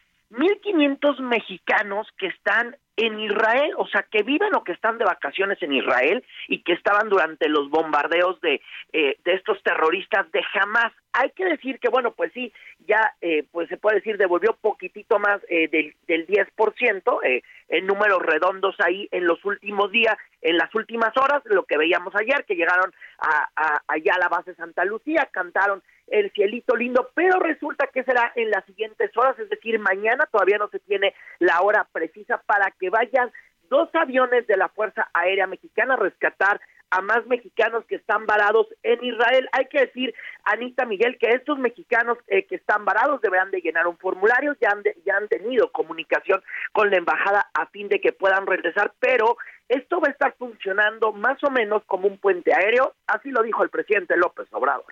1,500 mexicanos que están en Israel, o sea, que viven o que están de vacaciones en Israel y que estaban durante los bombardeos de estos terroristas de Hamás. Hay que decir que, bueno, pues sí, ya pues se puede decir devolvió poquitito más del 10%, en números redondos ahí en los últimos días, en las últimas horas, lo que veíamos ayer, que llegaron allá a la base Santa Lucía, cantaron El Cielito Lindo, pero resulta que será en las siguientes horas, es decir, mañana. Todavía no se tiene la hora precisa para que vayan 2 aviones de la Fuerza Aérea Mexicana a rescatar a más mexicanos que están varados en Israel. Hay que decir, Anita, Miguel, que estos mexicanos que están varados deberán de llenar un formulario, ya han tenido comunicación con la embajada a fin de que puedan regresar, pero esto va a estar funcionando más o menos como un puente aéreo, así lo dijo el presidente López Obrador.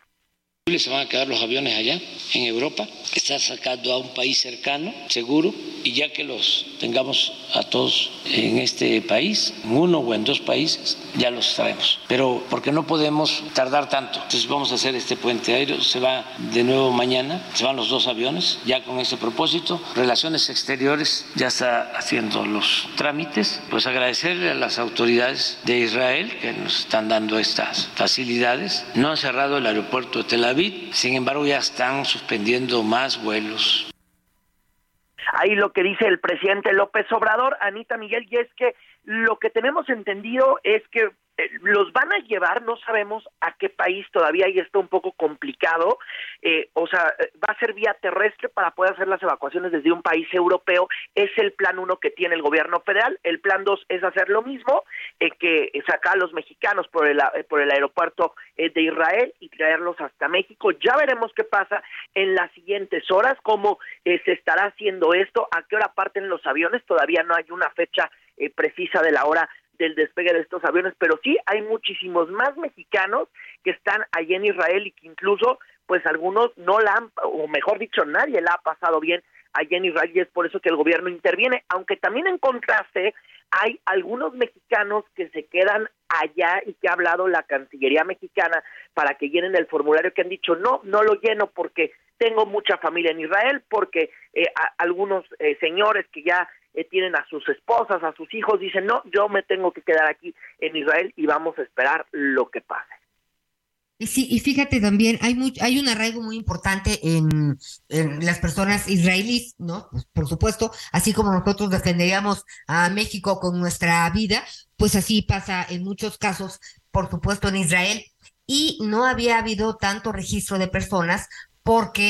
Se van a quedar los aviones allá, en Europa, estar sacando a un país cercano, seguro, y ya que los tengamos a todos en este país, en uno o en 2 países, ya los traemos. Pero porque no podemos tardar tanto, entonces vamos a hacer este puente aéreo, se va de nuevo mañana, se van los 2 aviones, ya con ese propósito. Relaciones Exteriores ya está haciendo los trámites, pues agradecerle a las autoridades de Israel que nos están dando estas facilidades. No han cerrado el aeropuerto de Tel Aviv, sin embargo ya están suspendiendo más vuelos. Ahí lo que dice el presidente López Obrador, Anita, Miguel, y es que lo que tenemos entendido es que los van a llevar, no sabemos a qué país todavía, y está un poco complicado, va a ser vía terrestre para poder hacer las evacuaciones desde un país europeo. Es el plan 1 que tiene el gobierno federal. El plan 2 es hacer lo mismo, que sacar a los mexicanos por el aeropuerto de Israel y traerlos hasta México. Ya veremos qué pasa en las siguientes horas, cómo se estará haciendo esto, a qué hora parten los aviones. Todavía no hay una fecha precisa de la hora del despegue de estos aviones, pero sí hay muchísimos más mexicanos que están allí en Israel y que incluso, pues algunos no la han, o mejor dicho, nadie la ha pasado bien allí en Israel, y es por eso que el gobierno interviene, aunque también en contraste hay algunos mexicanos que se quedan allá y que ha hablado la Cancillería mexicana para que llenen el formulario, que han dicho no lo lleno porque tengo mucha familia en Israel, porque algunos señores que ya tienen a sus esposas, a sus hijos, dicen no, yo me tengo que quedar aquí en Israel y vamos a esperar lo que pase. Y sí, y fíjate también, hay un arraigo muy importante en las personas israelíes, ¿no? Pues, por supuesto, así como nosotros defenderíamos a México con nuestra vida, pues así pasa en muchos casos, por supuesto, en Israel, y no había habido tanto registro de personas porque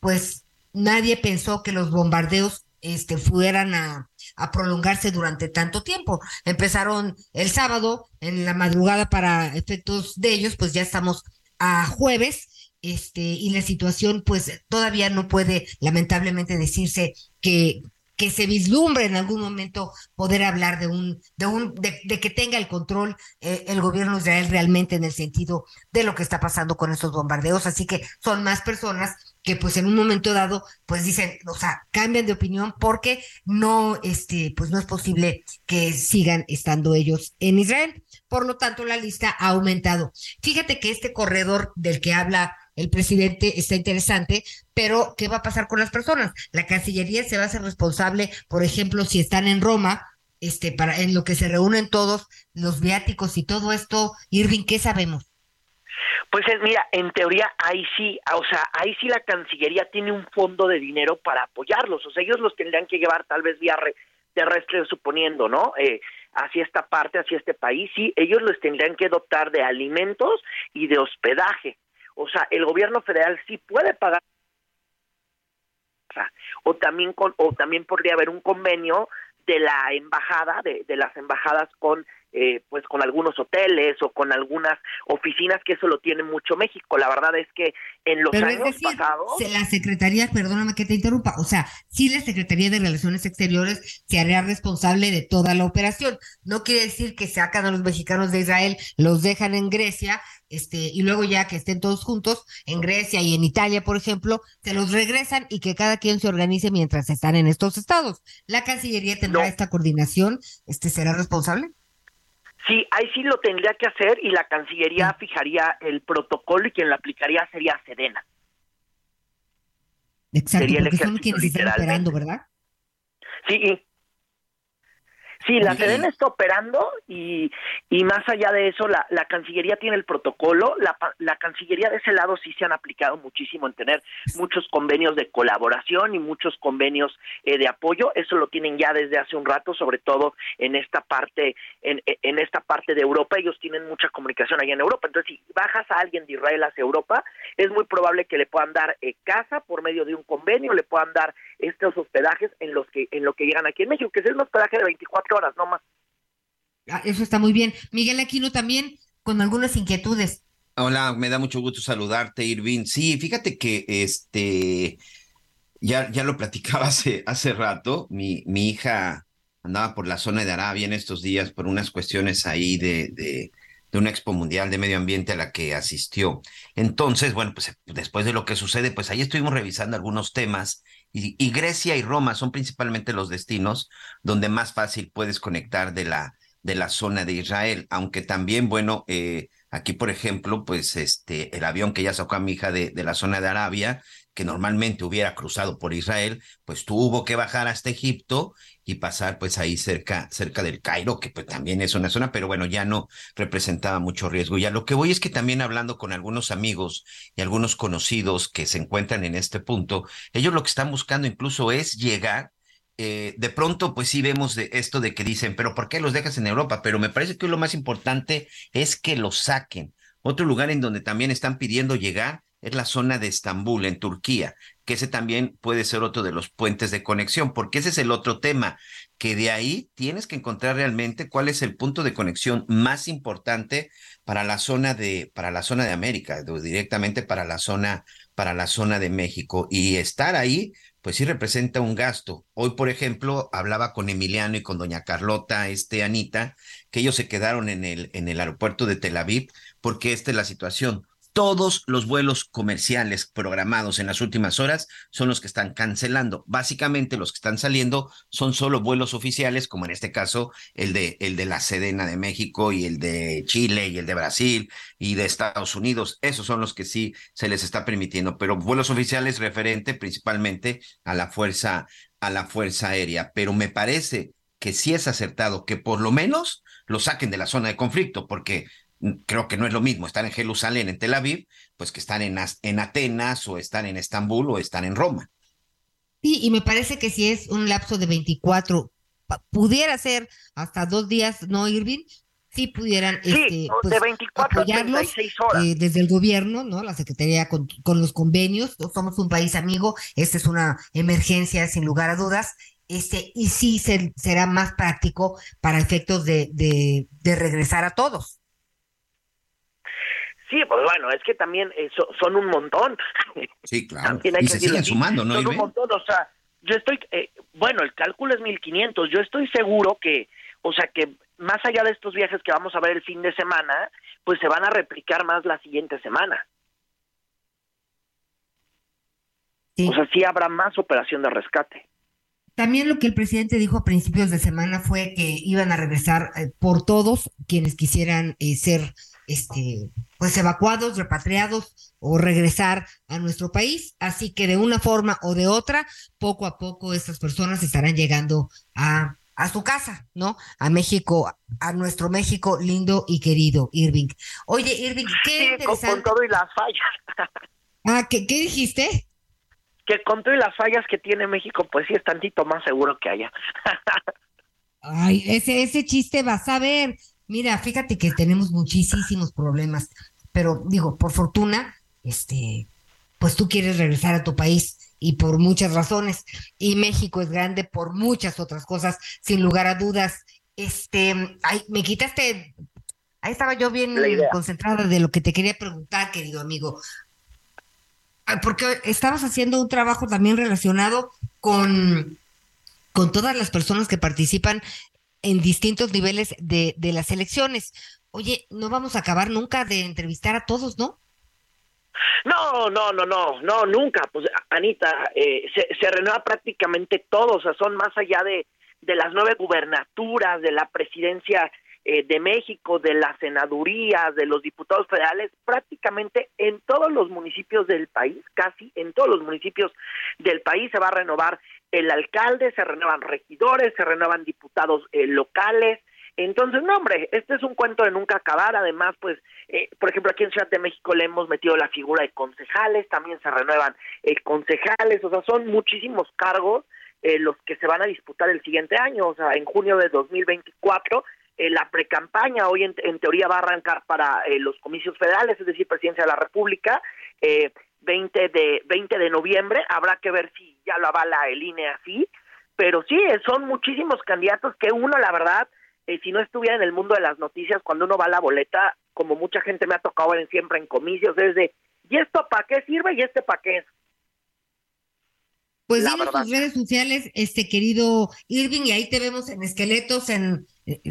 pues nadie pensó que los bombardeos fueran a prolongarse durante tanto tiempo. Empezaron el sábado, en la madrugada para efectos de ellos, pues ya estamos a jueves, y la situación pues todavía no puede lamentablemente decirse que se vislumbre en algún momento poder hablar de que tenga el control el gobierno de Israel realmente en el sentido de lo que está pasando con estos bombardeos. Así que son más personas que pues en un momento dado pues dicen, o sea, cambian de opinión porque no, pues no es posible que sigan estando ellos en Israel. Por lo tanto, la lista ha aumentado. Fíjate que este corredor del que habla el presidente está interesante, pero ¿qué va a pasar con las personas? La Cancillería se va a hacer responsable, por ejemplo, si están en Roma, en lo que se reúnen todos los viáticos y todo esto. Irving, ¿qué sabemos? Pues mira, en teoría ahí sí la Cancillería tiene un fondo de dinero para apoyarlos, o sea, ellos los tendrían que llevar tal vez vía terrestre, suponiendo, ¿no? Hacia esta parte, hacia este país, sí, ellos les tendrían que dotar de alimentos y de hospedaje. O sea, el gobierno federal sí puede pagar, o también podría haber un convenio de la embajada, de las embajadas con pues con algunos hoteles o con algunas oficinas, que eso lo tiene mucho México. La verdad es que en los años pasados... La Secretaría, perdóname que te interrumpa, o sea, sí, la Secretaría de Relaciones Exteriores se haría responsable de toda la operación. No quiere decir que sacan a los mexicanos de Israel, los dejan en Grecia, y luego ya que estén todos juntos en Grecia y en Italia, por ejemplo, se los regresan y que cada quien se organice mientras están en estos estados. ¿La Cancillería tendrá esta coordinación? ¿Será responsable? Sí, ahí sí lo tendría que hacer, y la Cancillería fijaría el protocolo, y quien lo aplicaría sería Sedena. Exacto, sería porque son quienes están operando, ¿verdad? Sí, la Sedena está operando, y más allá de eso, la Cancillería tiene el protocolo. La Cancillería de ese lado sí se han aplicado muchísimo en tener muchos convenios de colaboración y muchos convenios de apoyo. Eso lo tienen ya desde hace un rato, sobre todo en esta parte en esta parte de Europa. Ellos tienen mucha comunicación allá en Europa. Entonces, si bajas a alguien de Israel hacia Europa, es muy probable que le puedan dar casa por medio de un convenio, le puedan dar estos hospedajes en lo que llegan aquí en México, que es un hospedaje de 24 horas, no más. Eso está muy bien. Miguel Aquino también con algunas inquietudes. Hola, me da mucho gusto saludarte, Irving. Sí, fíjate que ya lo platicaba hace rato. Mi hija andaba por la zona de Arabia en estos días por unas cuestiones ahí de una Expo Mundial de Medio Ambiente a la que asistió. Entonces, bueno, pues después de lo que sucede, pues ahí estuvimos revisando algunos temas, y Grecia y Roma son principalmente los destinos donde más fácil puedes conectar de la zona de Israel, aunque también, bueno, aquí, por ejemplo, pues el avión que ya sacó a mi hija de la zona de Arabia, que normalmente hubiera cruzado por Israel, pues tuvo que bajar hasta Egipto y pasar pues ahí cerca del Cairo, que pues también es una zona, pero bueno, ya no representaba mucho riesgo. Y a lo que voy es que también, hablando con algunos amigos y algunos conocidos que se encuentran en este punto, ellos lo que están buscando incluso es llegar. De pronto, pues sí vemos de esto de que dicen, pero ¿por qué los dejas en Europa? Pero me parece que lo más importante es que los saquen. Otro lugar en donde también están pidiendo llegar es la zona de Estambul, en Turquía, que ese también puede ser otro de los puentes de conexión, porque ese es el otro tema, que de ahí tienes que encontrar realmente cuál es el punto de conexión más importante para la zona de América, directamente para la zona de México, y estar ahí pues sí representa un gasto. Hoy, por ejemplo, hablaba con Emiliano y con doña Carlota, Anita, que ellos se quedaron en el aeropuerto de Tel Aviv, porque esta es la situación. Todos los vuelos comerciales programados en las últimas horas son los que están cancelando. Básicamente los que están saliendo son solo vuelos oficiales, como en este caso el de la Sedena de México y el de Chile y el de Brasil y de Estados Unidos. Esos son los que sí se les está permitiendo, pero vuelos oficiales referente principalmente a la Fuerza Aérea. Pero me parece que sí es acertado que por lo menos lo saquen de la zona de conflicto, porque creo que no es lo mismo estar en Jerusalén, en Tel Aviv, pues que estar en Atenas, o estar en Estambul, o estar en Roma. Sí, y me parece que si es un lapso de 24, pudiera ser hasta 2 días, ¿no, Irving? sí pudieran pues, de 24 a 36 horas. Desde el gobierno, ¿no? La Secretaría con los convenios. Somos un país amigo, esta es una emergencia sin lugar a dudas, y sí será más práctico para efectos de regresar a todos. Sí, pues bueno, es que también son un montón. Sí, claro. También hay y que se siguen así. sumando, ¿no? Son un montón, o sea, yo estoy, bueno, el cálculo es 1,500. Yo estoy seguro que, o sea, que más allá de estos viajes que vamos a ver el fin de semana, pues se van a replicar más la siguiente semana. Sí. O sea, sí habrá más operación de rescate. También lo que el presidente dijo a principios de semana fue que iban a regresar por todos quienes quisieran ser pues evacuados, repatriados o regresar a nuestro país, así que de una forma o de otra, poco a poco estas personas estarán llegando a su casa, ¿no? A México, a nuestro México lindo y querido, Irving. Oye, Irving, qué interesante. Con todo y las fallas. ¿Qué dijiste? Que con todas las fallas que tiene México, pues sí es tantito más seguro que allá. Ay, ese chiste vas a ver. Mira, fíjate que tenemos muchísimos problemas, pero digo, por fortuna, pues tú quieres regresar a tu país y por muchas razones, y México es grande por muchas otras cosas, sin lugar a dudas. Ay, me quitaste, ahí estaba yo bien concentrada de lo que te quería preguntar, querido amigo. Porque estabas haciendo un trabajo también relacionado con todas las personas que participan en distintos niveles de las elecciones. Oye, no vamos a acabar nunca de entrevistar a todos, ¿no? No, nunca. Pues, Anita, se renueva prácticamente todo, o sea, son más allá de las 9 gubernaturas, de la presidencia de México, de las senadurías, de los diputados federales, prácticamente en todos los municipios del país, casi en todos los municipios del país se va a renovar el alcalde, se renuevan regidores, se renuevan diputados locales. Entonces, no, hombre, este es un cuento de nunca acabar. Además, pues, por ejemplo, aquí en Ciudad de México le hemos metido la figura de concejales, también se renuevan concejales, o sea, son muchísimos cargos los que se van a disputar el siguiente año, o sea, en junio de 2024, la precampaña hoy en teoría va a arrancar para los comicios federales, es decir, Presidencia de la República, 20 de noviembre, habrá que ver si ya lo avala el INE así, pero sí, son muchísimos candidatos que uno, la verdad, si no estuviera en el mundo de las noticias, cuando uno va a la boleta, como mucha gente me ha tocado ver siempre en comicios, es de, ¿y esto para qué sirve y este para qué es? Pues dinos tus redes sociales, querido Irving, y ahí te vemos en Esqueletos, en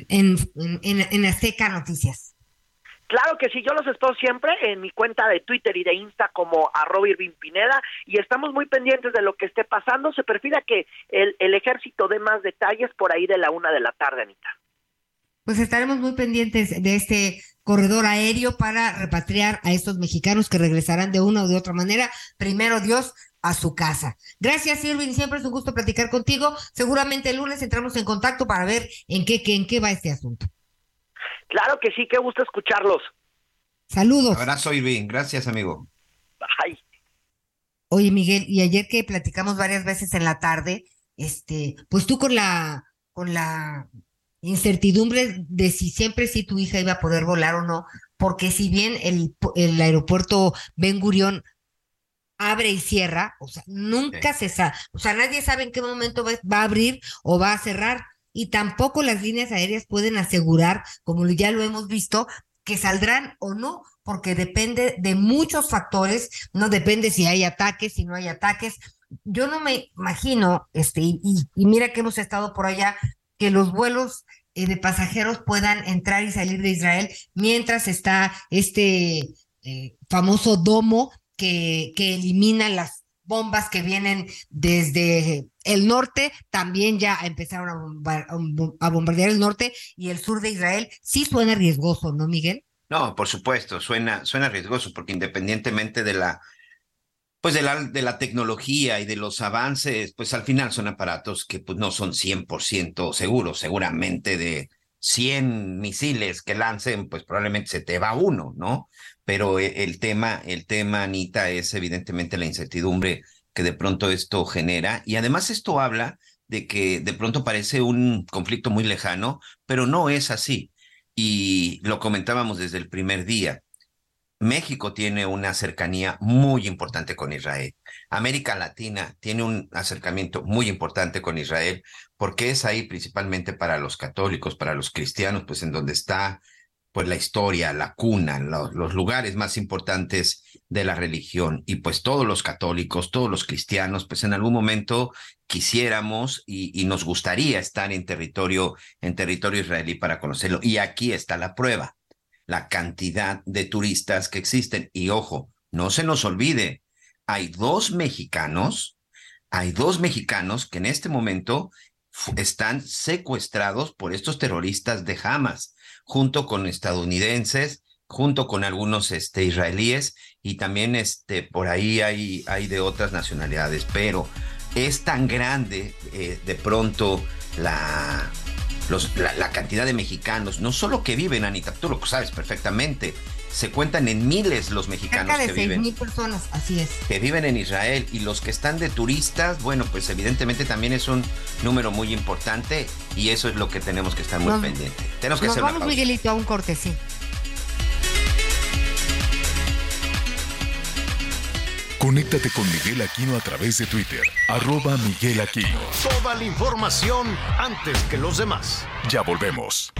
Azteca Noticias. Claro que sí, yo los espero siempre en mi cuenta de Twitter y de Insta como @IrvingPineda, y estamos muy pendientes de lo que esté pasando. Se perfila que el ejército dé más detalles por ahí de la 1 de la tarde, Anita. Pues estaremos muy pendientes de este corredor aéreo para repatriar a estos mexicanos que regresarán de una o de otra manera, primero Dios, a su casa. Gracias, Irving, siempre es un gusto platicar contigo. Seguramente el lunes entramos en contacto para ver en qué va este asunto. Claro que sí, qué gusto escucharlos. Saludos. Abrazo, Irving, gracias, amigo. Bye. Oye, Miguel, y ayer que platicamos varias veces en la tarde, pues tú con la incertidumbre de si tu hija iba a poder volar o no, porque si bien el aeropuerto Ben Gurión abre y cierra, o sea, nunca se sabe, o sea, nadie sabe en qué momento va a abrir o va a cerrar, y tampoco las líneas aéreas pueden asegurar, como ya lo hemos visto, que saldrán o no, porque depende de muchos factores, no depende si hay ataques, si no hay ataques. Yo no me imagino, y mira que hemos estado por allá, que los vuelos de pasajeros puedan entrar y salir de Israel mientras está famoso domo que elimina las bombas que vienen desde el norte. También ya empezaron a bombardear el norte y el sur de Israel. Sí suena riesgoso, ¿no, Miguel? No, por supuesto, suena riesgoso, porque independientemente de la tecnología y de los avances, pues al final son aparatos que pues no son 100% seguros. Seguramente de 100 misiles que lancen, pues probablemente se te va uno, ¿no? Pero el tema, Anita, es evidentemente la incertidumbre que de pronto esto genera, y además esto habla de que de pronto parece un conflicto muy lejano, pero no es así. y lo comentábamos desde el primer día. México tiene una cercanía muy importante con Israel. América Latina tiene un acercamiento muy importante con Israel porque es ahí principalmente para los católicos, para los cristianos, pues en donde está pues la historia, la cuna, los lugares más importantes de la religión. Y pues todos los católicos, todos los cristianos, pues en algún momento quisiéramos y nos gustaría estar en territorio israelí para conocerlo. Y aquí está la prueba, la cantidad de turistas que existen. Y ojo, no se nos olvide, hay dos mexicanos que en este momento están secuestrados por estos terroristas de Hamas, junto con estadounidenses, junto con algunos israelíes, y también por ahí hay de otras nacionalidades, pero es tan grande de pronto la cantidad de mexicanos, no solo que viven, Anita, tú lo sabes perfectamente, se cuentan en miles los mexicanos cerca de que viven. 6,000 personas, así es. Que viven en Israel, y los que están de turistas, bueno, pues evidentemente también es un número muy importante, y eso es lo que tenemos que estar muy pendientes. Tenemos que hacer una pausa. Miguelito, a un corte, sí. Conéctate con Miguel Aquino a través de Twitter, @MiguelAquino. Toda la información antes que los demás. Ya volvemos.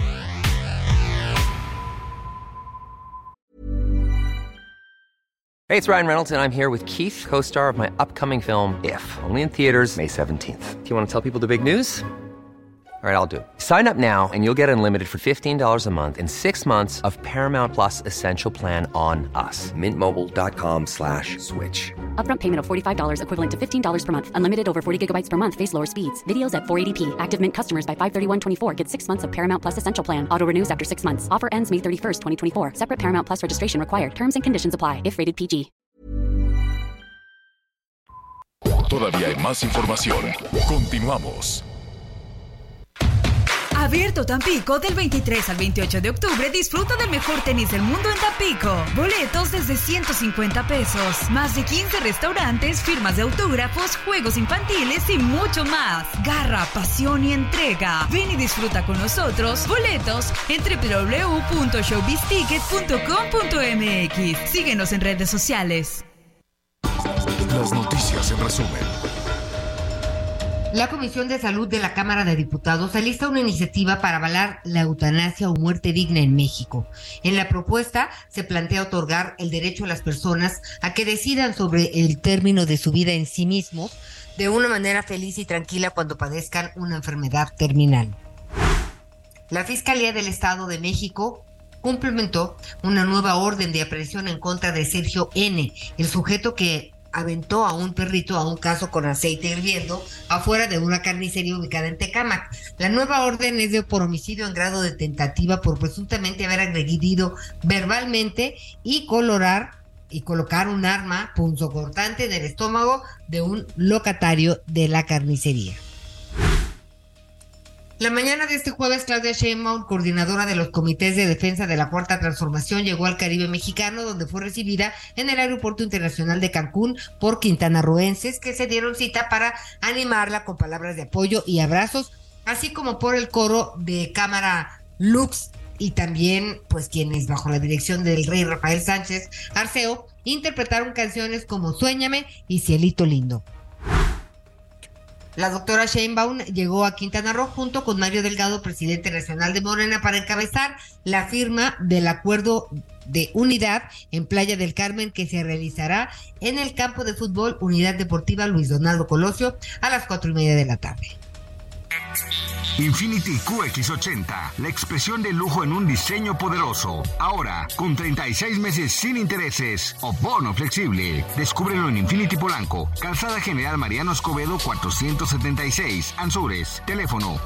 Hey, it's Ryan Reynolds, and I'm here with Keith, co-star of my upcoming film, If, only in theaters May 17th. Do you want to tell people the big news? All right, I'll do it. Sign up now and you'll get unlimited for $15 a month and 6 months of Paramount Plus Essential Plan on us. MintMobile.com/switch. Upfront payment of $45 equivalent to $15 per month. Unlimited over 40 gigabytes per month. Face lower speeds. Videos at 480p. Active Mint customers by 531.24 get 6 months of Paramount Plus Essential Plan. Auto renews after 6 months. Offer ends May 31st, 2024. Separate Paramount Plus registration required. Terms and conditions apply if rated PG. Todavía hay más información. Continuamos. Abierto Tampico del 23 al 28 de octubre. Disfruta del mejor tenis del mundo en Tampico. Boletos desde 150 pesos. Más de 15 restaurantes, firmas de autógrafos, juegos infantiles y mucho más. Garra, pasión y entrega. Ven y disfruta con nosotros. Boletos en www.showbizticket.com.mx. Síguenos en redes sociales. Las noticias en resumen. La Comisión de Salud de la Cámara de Diputados alista una iniciativa para avalar la eutanasia o muerte digna en México. En la propuesta se plantea otorgar el derecho a las personas a que decidan sobre el término de su vida en sí mismos de una manera feliz y tranquila cuando padezcan una enfermedad terminal. La Fiscalía del Estado de México cumplimentó una nueva orden de aprehensión en contra de Sergio N., el sujeto que aventó a un perrito a un caso con aceite hirviendo afuera de una carnicería ubicada en Tecámac. La nueva orden es por homicidio en grado de tentativa por presuntamente haber agredido verbalmente y colocar un arma punzocortante en el estómago de un locatario de la carnicería. La mañana de este jueves, Claudia Sheinbaum, coordinadora de los comités de defensa de la Cuarta Transformación, llegó al Caribe mexicano, donde fue recibida en el Aeropuerto Internacional de Cancún por quintanarroenses que se dieron cita para animarla con palabras de apoyo y abrazos, así como por el coro de Cámara Lux y también pues quienes bajo la dirección del rey Rafael Sánchez Arceo interpretaron canciones como Suéñame y Cielito Lindo. La doctora Sheinbaum llegó a Quintana Roo junto con Mario Delgado, presidente nacional de Morena, para encabezar la firma del acuerdo de unidad en Playa del Carmen que se realizará en el campo de fútbol Unidad Deportiva Luis Donaldo Colosio a las 4:30 de la tarde. Infiniti QX80, la expresión de lujo en un diseño poderoso. Ahora, con 36 meses sin intereses o bono flexible. Descúbrelo en Infiniti Polanco, Calzada General Mariano Escobedo 476, Anzures. Teléfono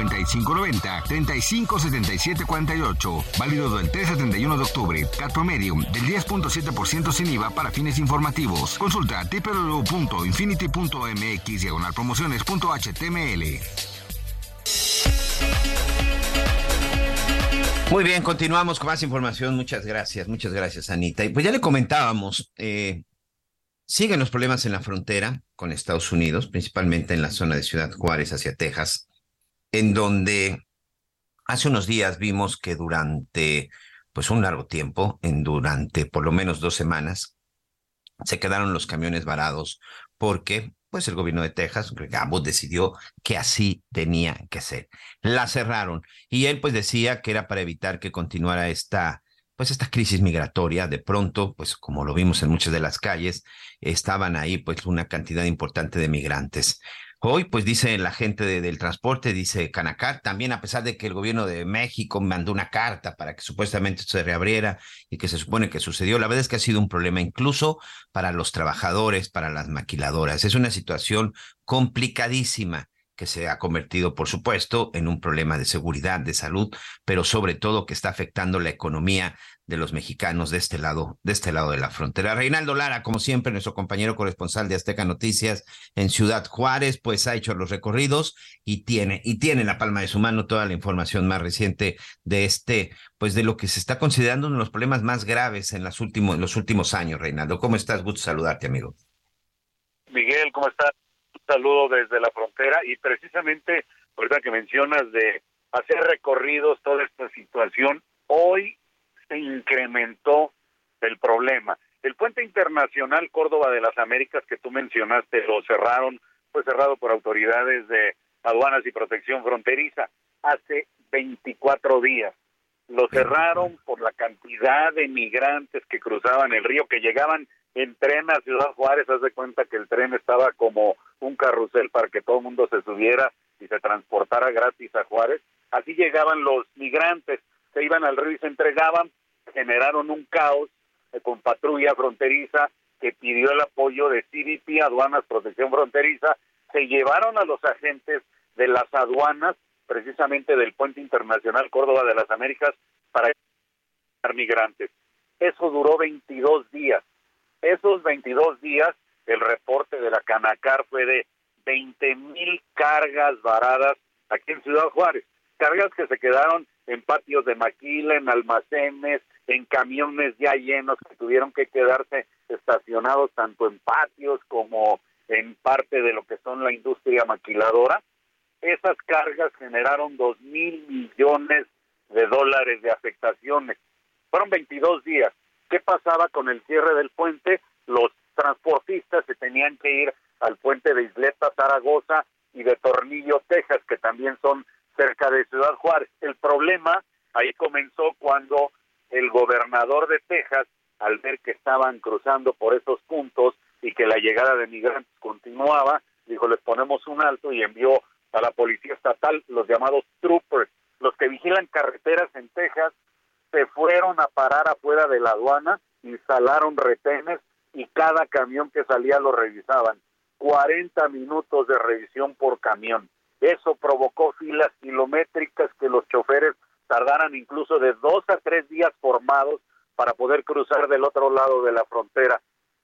5590-357748. Válido del 3 al 31 de octubre. CAT promedio del 10.7% sin IVA para fines informativos. Consulta www.infiniti.mx/promociones.html. Muy bien, continuamos con más información. Muchas gracias, Anita. Y pues ya le comentábamos, siguen los problemas en la frontera con Estados Unidos, principalmente en la zona de Ciudad Juárez hacia Texas, en donde Hace unos días vimos que durante pues un largo tiempo, durante por lo menos 2 semanas, se quedaron los camiones varados porque pues el gobierno de Texas, Greg Abbott, decidió que así tenía que ser. La cerraron y él pues decía que era para evitar que continuara esta crisis migratoria. De pronto, pues como lo vimos en muchas de las calles, estaban ahí pues una cantidad importante de migrantes. Hoy, pues dice la gente del transporte, dice Canacar, también a pesar de que el gobierno de México mandó una carta para que supuestamente esto se reabriera y que se supone que sucedió, la verdad es que ha sido un problema incluso para los trabajadores, para las maquiladoras. Es una situación complicadísima que se ha convertido, por supuesto, en un problema de seguridad, de salud, pero sobre todo que está afectando la economía de los mexicanos de este lado de la frontera. Reinaldo Lara, como siempre, nuestro compañero corresponsal de Azteca Noticias en Ciudad Juárez, pues ha hecho los recorridos y tiene en la palma de su mano toda la información más reciente de pues de lo que se está considerando uno de los problemas más graves en los últimos años. Reinaldo, ¿cómo estás? Gusto saludarte, amigo. Miguel, ¿cómo estás? Un saludo desde la frontera y precisamente, ahorita que mencionas de hacer recorridos, toda esta situación, hoy se incrementó el problema. El puente internacional Córdoba de las Américas que tú mencionaste, lo cerraron, fue cerrado por autoridades de aduanas y protección fronteriza hace 24 días. Lo cerraron por la cantidad de migrantes que cruzaban el río, que llegaban en tren a Ciudad Juárez. Haz de cuenta que el tren estaba como un carrusel para que todo el mundo se subiera y se transportara gratis a Juárez. Así llegaban los migrantes, se iban al río y se entregaban, generaron un caos con patrulla fronteriza que pidió el apoyo de CBP, Aduanas, Protección Fronteriza. Se llevaron a los agentes de las aduanas, precisamente del Puente Internacional Córdoba de las Américas, para migrantes. Eso duró 22 días. Esos 22 días, el reporte de la Canacar fue de 20,000 cargas varadas aquí en Ciudad Juárez. Cargas que se quedaron en patios de maquila, en almacenes, en camiones ya llenos que tuvieron que quedarse estacionados tanto en patios como en parte de lo que son la industria maquiladora. Esas cargas generaron $2,000 millones de afectaciones. Fueron 22 días. ¿Qué pasaba con el cierre del puente? Los transportistas se tenían que ir al puente de Isleta, Zaragoza y de Tornillo, Texas, que también son cerca de Ciudad Juárez. El problema ahí comenzó cuando el gobernador de Texas, al ver que estaban cruzando por esos puntos y que la llegada de migrantes continuaba, dijo, les ponemos un alto, y envió a la policía estatal, los llamados troopers, los que vigilan carreteras en Texas, se fueron a parar afuera de la aduana, instalaron retenes y cada camión que salía lo revisaban. 40 minutos de revisión por camión. Eso provocó filas kilométricas que los choferes tardaran incluso de 2 a 3 días formados para poder cruzar del otro lado de la frontera.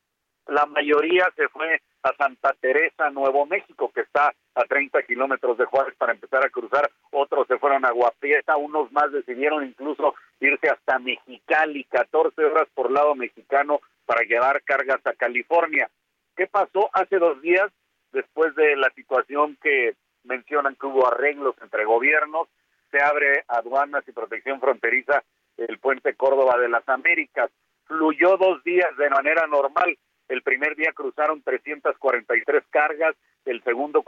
La mayoría se fue a Santa Teresa, Nuevo México, que está a 30 kilómetros de Juárez, para empezar a cruzar. Otros se fueron a Agua Prieta, unos más decidieron incluso irse hasta Mexicali, 14 horas por lado mexicano para llevar cargas a California. ¿Qué pasó hace 2 días? Después de la situación que mencionan que hubo arreglos entre gobiernos, se abre aduanas y protección fronteriza el puente Córdoba de las Américas. Fluyó 2 días de manera normal. El primer día cruzaron 343 cargas, el segundo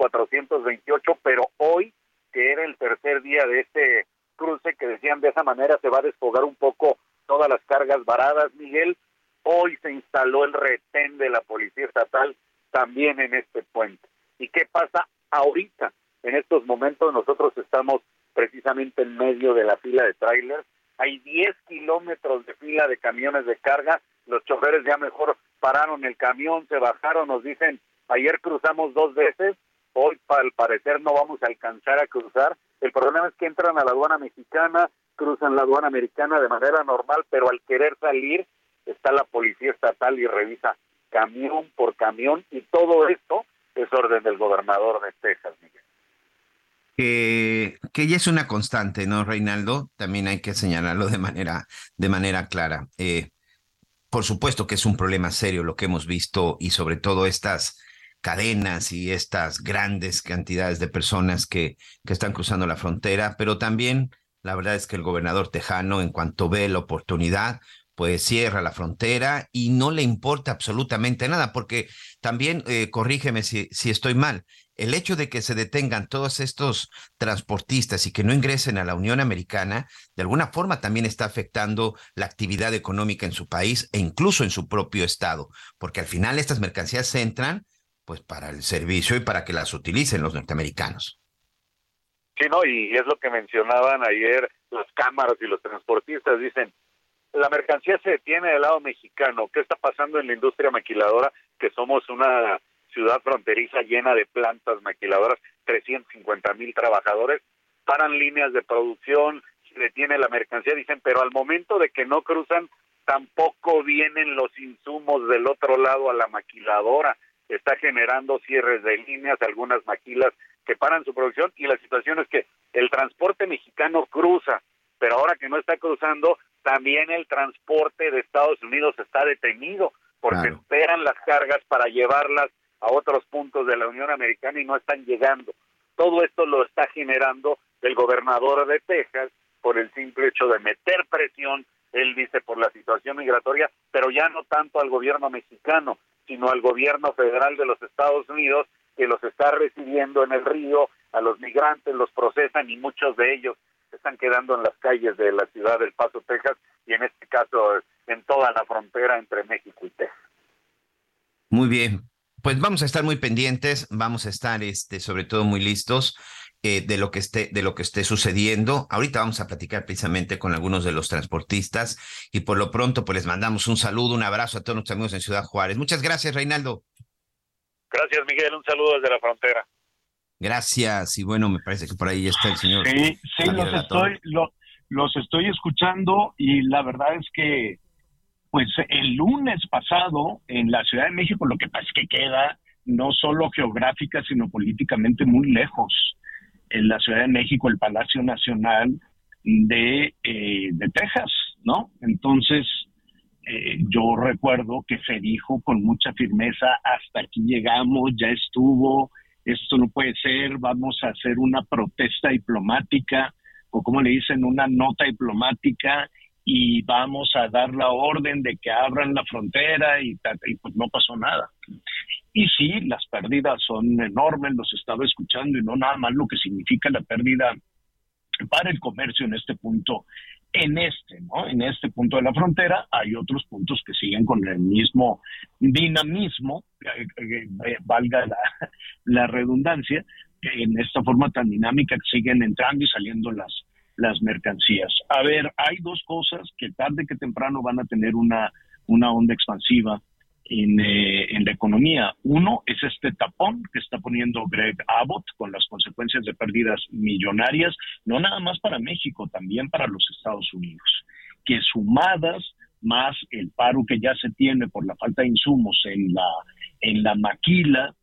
428, pero hoy, que era el tercer día de este cruce, que decían de esa manera se va a desfogar un poco todas las cargas varadas, Miguel, hoy se instaló el retén de la Policía Estatal también en este puente. ¿Y qué pasa ahorita? En estos momentos nosotros estamos precisamente en medio de la fila de trailers. Hay 10 kilómetros de fila de camiones de carga. Los choferes ya mejor pararon el camión, se bajaron, nos dicen, ayer cruzamos 2 veces, hoy al parecer no vamos a alcanzar a cruzar. El problema es que entran a la aduana mexicana, cruzan la aduana americana de manera normal, pero al querer salir está la Policía Estatal y revisa camión por camión, y todo esto es orden del gobernador de Texas, Miguel. Que ya es una constante, ¿no, Reinaldo? También hay que señalarlo de manera clara. Por supuesto que es un problema serio lo que hemos visto, y sobre todo estas cadenas y estas grandes cantidades de personas que están cruzando la frontera, pero también La verdad es que el gobernador tejano, en cuanto ve la oportunidad, pues cierra la frontera y no le importa absolutamente nada, porque también, corrígeme si estoy mal, el hecho de que se detengan todos estos transportistas y que no ingresen a la Unión Americana, de alguna forma también está afectando la actividad económica en su país e incluso en su propio estado, porque al final estas mercancías entran pues para el servicio y para que las utilicen los norteamericanos. Sí, no, y es lo que mencionaban ayer las cámaras y los transportistas, dicen, la mercancía se detiene del lado mexicano. ¿Qué está pasando en la industria maquiladora? Que somos una ciudad fronteriza llena de plantas maquiladoras, 350,000 trabajadores, paran líneas de producción, se detiene la mercancía, dicen, pero al momento de que no cruzan, tampoco vienen los insumos del otro lado a la maquiladora. Está generando cierres de líneas, algunas maquilas que paran su producción, y la situación es que el transporte mexicano cruza, pero ahora que no está cruzando, también el transporte de Estados Unidos está detenido, porque esperan las cargas para llevarlas a otros puntos de la Unión Americana y no están llegando. Todo esto lo está generando el gobernador de Texas por el simple hecho de meter presión, él dice, por la situación migratoria, pero ya no tanto al gobierno mexicano, sino al gobierno federal de los Estados Unidos, que los está recibiendo en el río, a los migrantes los procesan y muchos de ellos están quedando en las calles de la ciudad del Paso, Texas, y en este caso en toda la frontera entre México y Texas. Muy bien, pues vamos a estar muy pendientes, vamos a estar sobre todo muy listos de lo que esté sucediendo. Ahorita vamos a platicar precisamente con algunos de los transportistas y por lo pronto pues les mandamos un saludo, un abrazo a todos nuestros amigos en Ciudad Juárez. Muchas gracias, Reinaldo. Gracias, Miguel, un saludo desde la frontera. Gracias, y bueno, me parece que por ahí está el señor. Sí, los estoy escuchando, y la verdad es que pues el lunes pasado en la Ciudad de México, lo que pasa es que queda no solo geográfica sino políticamente muy lejos. En la Ciudad de México, el Palacio Nacional de Texas, ¿no? Entonces yo recuerdo que se dijo con mucha firmeza, hasta aquí llegamos, ya estuvo, esto no puede ser, vamos a hacer una protesta diplomática, o como le dicen, una nota diplomática, y vamos a dar la orden de que abran la frontera, y pues no pasó nada. Y sí, las pérdidas son enormes, los estaba escuchando, y no nada más lo que significa la pérdida para el comercio en este punto, en este punto de la frontera. Hay otros puntos que siguen con el mismo dinamismo, valga la redundancia, en esta forma tan dinámica que siguen entrando y saliendo las mercancías. A ver, hay dos cosas que tarde que temprano van a tener una onda expansiva en la economía. Uno es este tapón que está poniendo Greg Abbott, con las consecuencias de pérdidas millonarias, no nada más para México, también para los Estados Unidos, que sumadas más el paro que ya se tiene por la falta de insumos en la maquila,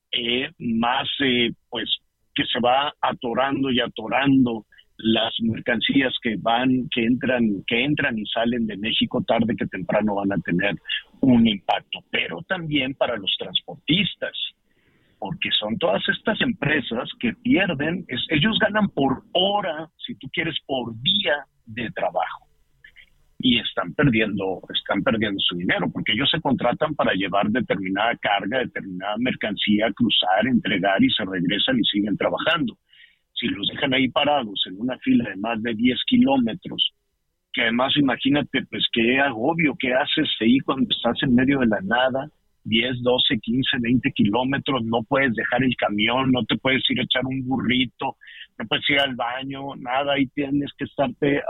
más pues que se va atorando y atorando las mercancías que entran y salen de México, tarde que temprano van a tener un impacto, pero también para los transportistas, porque son todas estas empresas que pierden, ellos ganan por hora, si tú quieres, por día de trabajo, y están perdiendo su dinero, porque ellos se contratan para llevar determinada carga, determinada mercancía, cruzar, entregar, y se regresan y siguen trabajando. Si los dejan ahí parados en una fila de más de 10 kilómetros, que además imagínate, pues qué agobio, qué haces ahí cuando estás en medio de la nada, 10, 12, 15, 20 kilómetros, no puedes dejar el camión, no te puedes ir a echar un burrito, no puedes ir al baño, nada, ahí tienes que estarte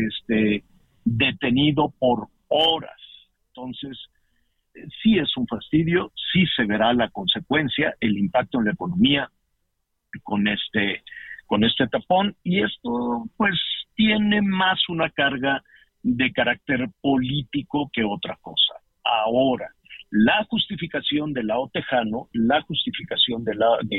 detenido por horas. Entonces, sí es un fastidio, sí se verá la consecuencia, el impacto en la economía con este tapón, y esto pues tiene más una carga de carácter político que otra cosa. Ahora, la justificación del lado tejano, la justificación de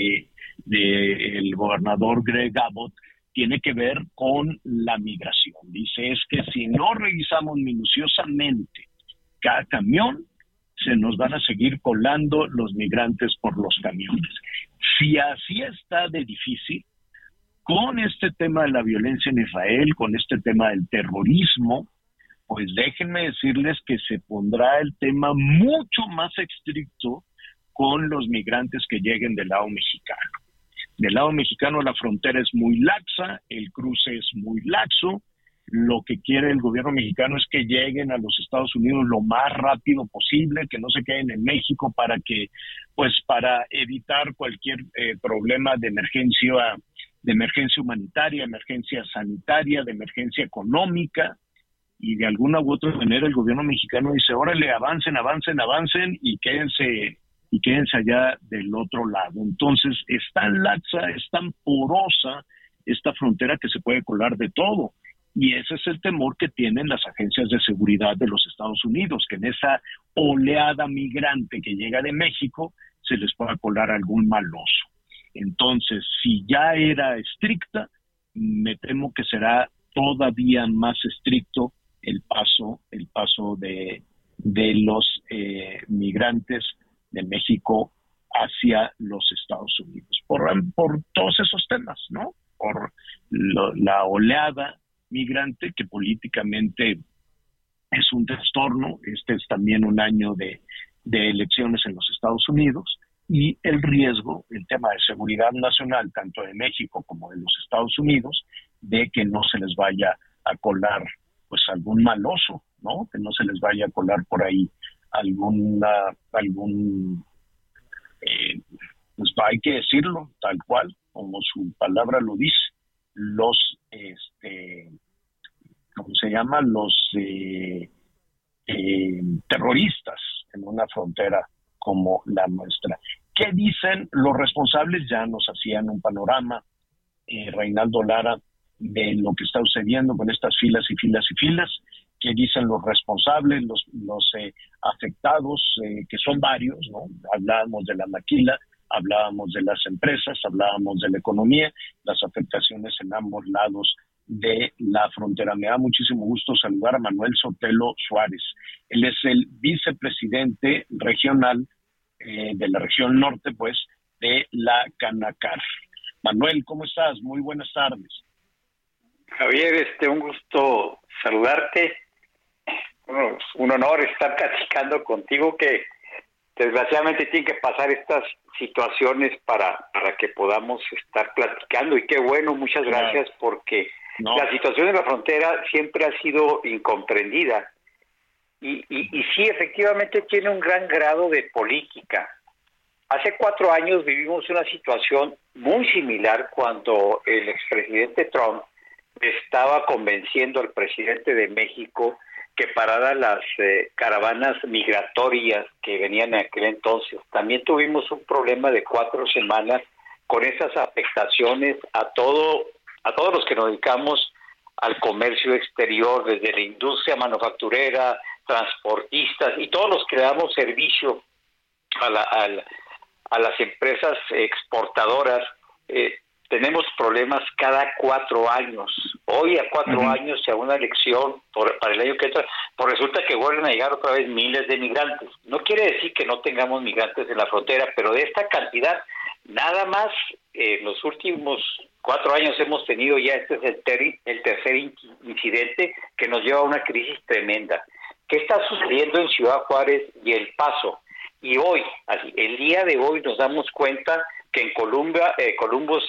el gobernador Greg Abbott tiene que ver con la migración. Dice, es que si no revisamos minuciosamente cada camión, se nos van a seguir colando los migrantes por los camiones. Si así está de difícil, con este tema de la violencia en Israel, con este tema del terrorismo, pues déjenme decirles que se pondrá el tema mucho más estricto con los migrantes que lleguen del lado mexicano. Del lado mexicano la frontera es muy laxa, el cruce es muy laxo. Lo que quiere el gobierno mexicano es que lleguen a los Estados Unidos lo más rápido posible, que no se queden en México para evitar cualquier problema de emergencia humanitaria, emergencia sanitaria, de emergencia económica, y de alguna u otra manera el gobierno mexicano dice, órale, avancen y quédense allá del otro lado. Entonces es tan laxa, es tan porosa esta frontera que se puede colar de todo. Y ese es el temor que tienen las agencias de seguridad de los Estados Unidos, que en esa oleada migrante que llega de México se les pueda colar algún maloso. Entonces, si ya era estricta, me temo que será todavía más estricto el paso de los migrantes de México hacia los Estados Unidos, por todos esos temas, ¿no? Por la oleada migrante que políticamente es un trastorno. Este es también un año de elecciones en los Estados Unidos, y el riesgo, el tema de seguridad nacional, tanto de México como de los Estados Unidos, de que no se les vaya a colar pues algún maloso, ¿no? Que no se les vaya a colar por ahí pues hay que decirlo tal cual, como su palabra lo dice, los ¿cómo se llama? Los terroristas en una frontera como la nuestra. ¿Qué dicen los responsables? Ya nos hacían un panorama, Reinaldo Lara, de lo que está sucediendo con estas filas y filas y filas. ¿Qué dicen los responsables, los afectados, que son varios, ¿no? Hablábamos de la maquila, hablábamos de las empresas, hablábamos de la economía, las afectaciones en ambos lados de la frontera. Me da muchísimo gusto saludar a Manuel Sotelo Suárez. Él es el vicepresidente regional de la región norte, pues, de la Canacar. Manuel, ¿cómo estás? Muy buenas tardes. Javier, un gusto saludarte. Bueno, es un honor estar platicando contigo, que desgraciadamente tienen que pasar estas situaciones para que podamos estar platicando, y qué bueno, muchas gracias, porque la situación de la frontera siempre ha sido incomprendida y sí, efectivamente tiene un gran grado de política. Hace 4 años vivimos una situación muy similar cuando el expresidente Trump estaba convenciendo al presidente de México que parara las caravanas migratorias que venían en aquel entonces. También tuvimos un problema de 4 semanas con esas afectaciones a todos los que nos dedicamos al comercio exterior, desde la industria manufacturera, transportistas y todos los que damos servicio a las empresas exportadoras. Tenemos problemas cada 4 años. Hoy a 4 años se hace una elección para el año que entra, pues resulta que vuelven a llegar otra vez miles de migrantes. No quiere decir que no tengamos migrantes en la frontera, pero de esta cantidad, nada más en los últimos 4 años hemos tenido ya, este es el tercer incidente que nos lleva a una crisis tremenda. ¿Qué está sucediendo en Ciudad Juárez y El Paso? Y hoy, el día de hoy, nos damos cuenta que en Columbus,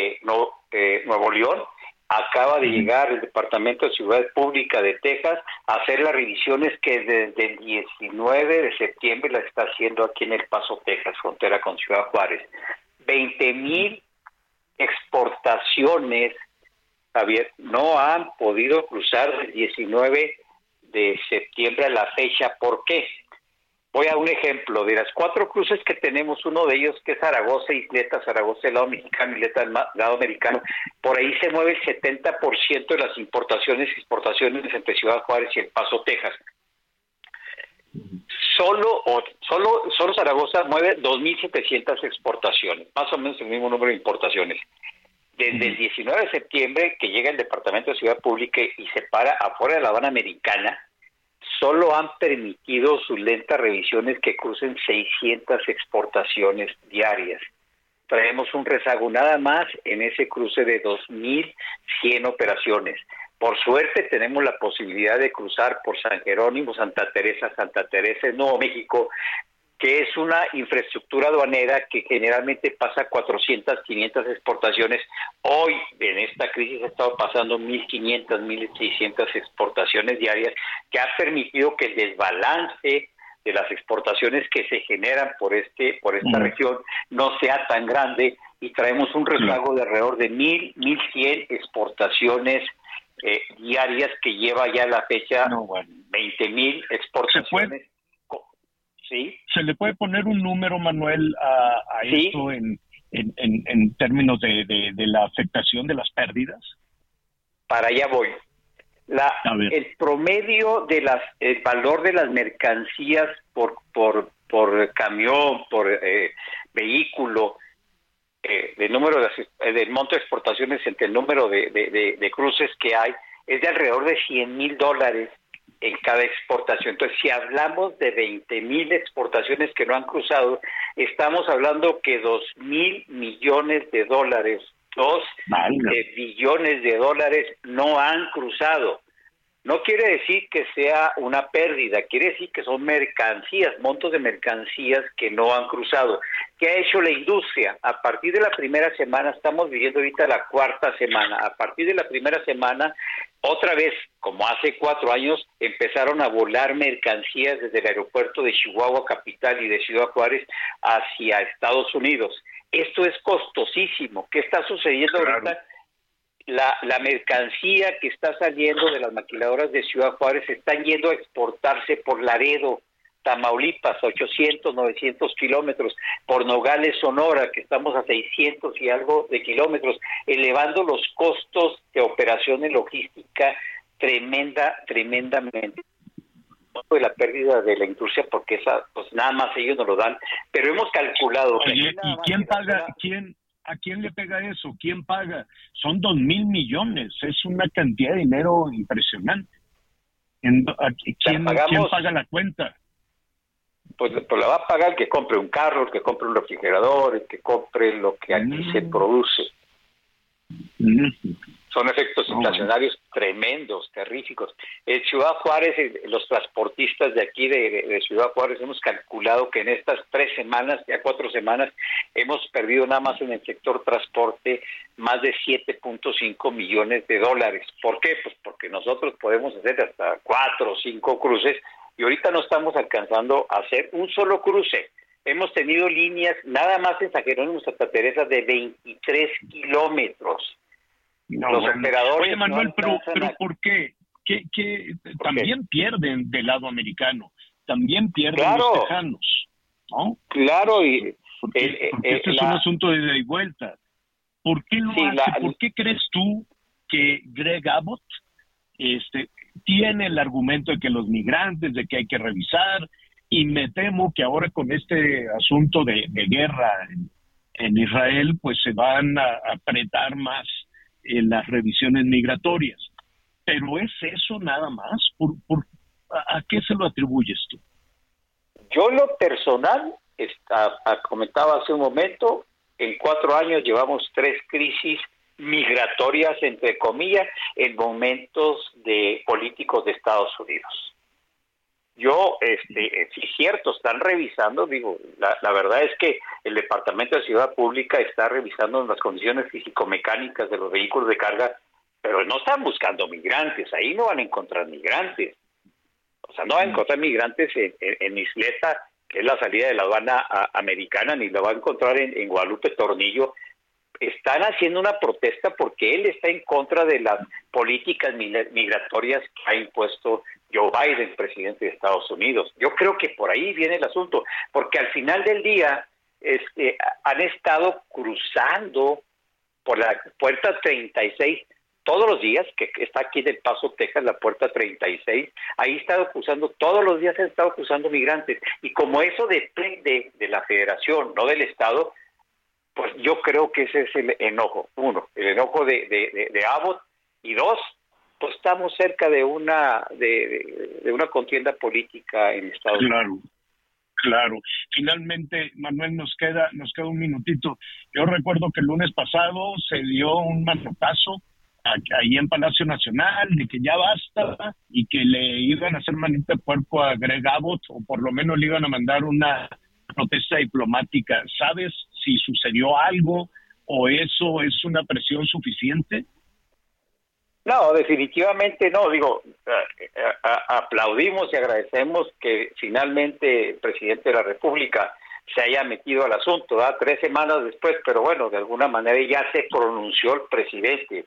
Nuevo León, acaba de llegar el Departamento de Seguridad Pública de Texas a hacer las revisiones que desde el 19 de septiembre las está haciendo aquí en El Paso, Texas, frontera con Ciudad Juárez. 20,000 exportaciones, Javier, no han podido cruzar del 19 de septiembre a la fecha. ¿Por qué? Voy a un ejemplo. De las 4 cruces que tenemos, uno de ellos que es Zaragoza, Isleta, Zaragoza del lado mexicano, Isleta del lado americano, por ahí se mueve el 70% de las importaciones y exportaciones entre Ciudad Juárez y El Paso, Texas. Solo Zaragoza mueve 2,700 exportaciones, más o menos el mismo número de importaciones. Desde el 19 de septiembre, que llega el Departamento de Seguridad Pública y se para afuera de la Habana Americana, solo han permitido sus lentas revisiones que crucen 600 exportaciones diarias. traemos un rezago nada más en ese cruce de 2.100 operaciones. Por suerte tenemos la posibilidad de cruzar por San Jerónimo, Santa Teresa en Nuevo México, que es una infraestructura aduanera que generalmente pasa 400, 500 exportaciones. Hoy, en esta crisis, ha estado pasando 1.500, 1.600 exportaciones diarias, que ha permitido que el desbalance de las exportaciones que se generan por esta región no sea tan grande, y traemos un rezago de alrededor de 1.100 exportaciones diarias, que lleva ya la fecha 20.000 exportaciones. ¿Sí? ¿Se le puede poner un número, Manuel, a ¿Sí? esto en términos de la afectación de las pérdidas? Para allá voy. El promedio de el valor de las mercancías por camión, por vehículo, del número del monto de exportaciones entre el número de cruces que hay, es de alrededor de $100,000 en cada exportación. Entonces, si hablamos de 20,000 exportaciones que no han cruzado, estamos hablando que $2,000 millones, 2 billones de dólares no han cruzado. No quiere decir que sea una pérdida, quiere decir que son mercancías, montos de mercancías que no han cruzado. ¿Qué ha hecho la industria? A partir de la primera semana, estamos viviendo ahorita la cuarta semana, a partir de la primera semana, otra vez, como hace 4 años, empezaron a volar mercancías desde el aeropuerto de Chihuahua capital y de Ciudad Juárez hacia Estados Unidos. Esto es costosísimo. ¿Qué está sucediendo ahorita? La mercancía que está saliendo de las maquiladoras de Ciudad Juárez está yendo a exportarse por Laredo, Tamaulipas, 800, 900 kilómetros, por Nogales, Sonora, que estamos a 600 y algo de kilómetros, elevando los costos de operación en logística tremendamente. De la pérdida de la industria, porque esa, pues nada más ellos nos lo dan, pero hemos calculado. Oye, ¿y quién paga? ¿A quién le pega eso? ¿Quién paga? Son 2,000 millones, es una cantidad de dinero impresionante. ¿Quién paga la cuenta? Pues la va a pagar el que compre un carro, el que compre un refrigerador, el que compre lo que aquí se produce. Son efectos inflacionarios tremendos, terríficos. En Ciudad Juárez, los transportistas de aquí de Ciudad Juárez, hemos calculado que en estas 3 semanas, ya 4 semanas, hemos perdido nada más en el sector transporte más de $7.5 millones. ¿Por qué? Pues porque nosotros podemos hacer hasta 4 o 5 cruces, y ahorita no estamos alcanzando a hacer un solo cruce. Hemos tenido líneas nada más en San Jerónimo, Santa Teresa, de 23 kilómetros. Los operadores. Oye, Manuel, pero ¿por qué? También pierden del lado americano, también pierden los tejanos, ¿no? Claro, y porque este es un asunto de ida y vuelta. ¿Por qué lo hace? ¿Por qué crees tú que Greg Abbott tiene el argumento de que los migrantes, de que hay que revisar, y me temo que ahora con este asunto de guerra en Israel, pues se van a apretar más en las revisiones migratorias? ¿Pero es eso nada más? ¿A qué se lo atribuyes tú? Yo en lo personal, comentaba hace un momento, en 4 años llevamos 3 crisis migratorias, entre comillas, en momentos políticos de Estados Unidos. Yo, sí es cierto, están revisando, la verdad es que el Departamento de Seguridad Pública está revisando las condiciones físico-mecánicas de los vehículos de carga, pero no están buscando migrantes, ahí no van a encontrar migrantes. O sea, no van a encontrar migrantes en Isleta, que es la salida de la aduana americana, ni la va a encontrar en Guadalupe Tornillo. Están haciendo una protesta porque él está en contra de las políticas migratorias que ha impuesto Joe Biden, presidente de Estados Unidos. Yo creo que por ahí viene el asunto, porque al final del día han estado cruzando por la puerta 36 todos los días, que está aquí del Paso, Texas, la puerta 36, ahí estado cruzando, todos los días han estado cruzando migrantes, y como eso depende de la federación, no del Estado, pues yo creo que ese es el enojo. 1, el enojo de Abbott, y 2, pues estamos cerca de una contienda política en Estados Unidos. Claro. Finalmente, Manuel, nos queda un minutito. Yo recuerdo que el lunes pasado se dio un manotazo ahí en Palacio Nacional de que ya basta y que le iban a hacer manita de puerco a Greg Abbott, o por lo menos le iban a mandar una protesta diplomática. ¿Sabes si sucedió algo o eso es una presión suficiente? No, definitivamente no. Digo, aplaudimos y agradecemos que finalmente el presidente de la República se haya metido al asunto, 3 semanas después, pero bueno, de alguna manera ya se pronunció el presidente.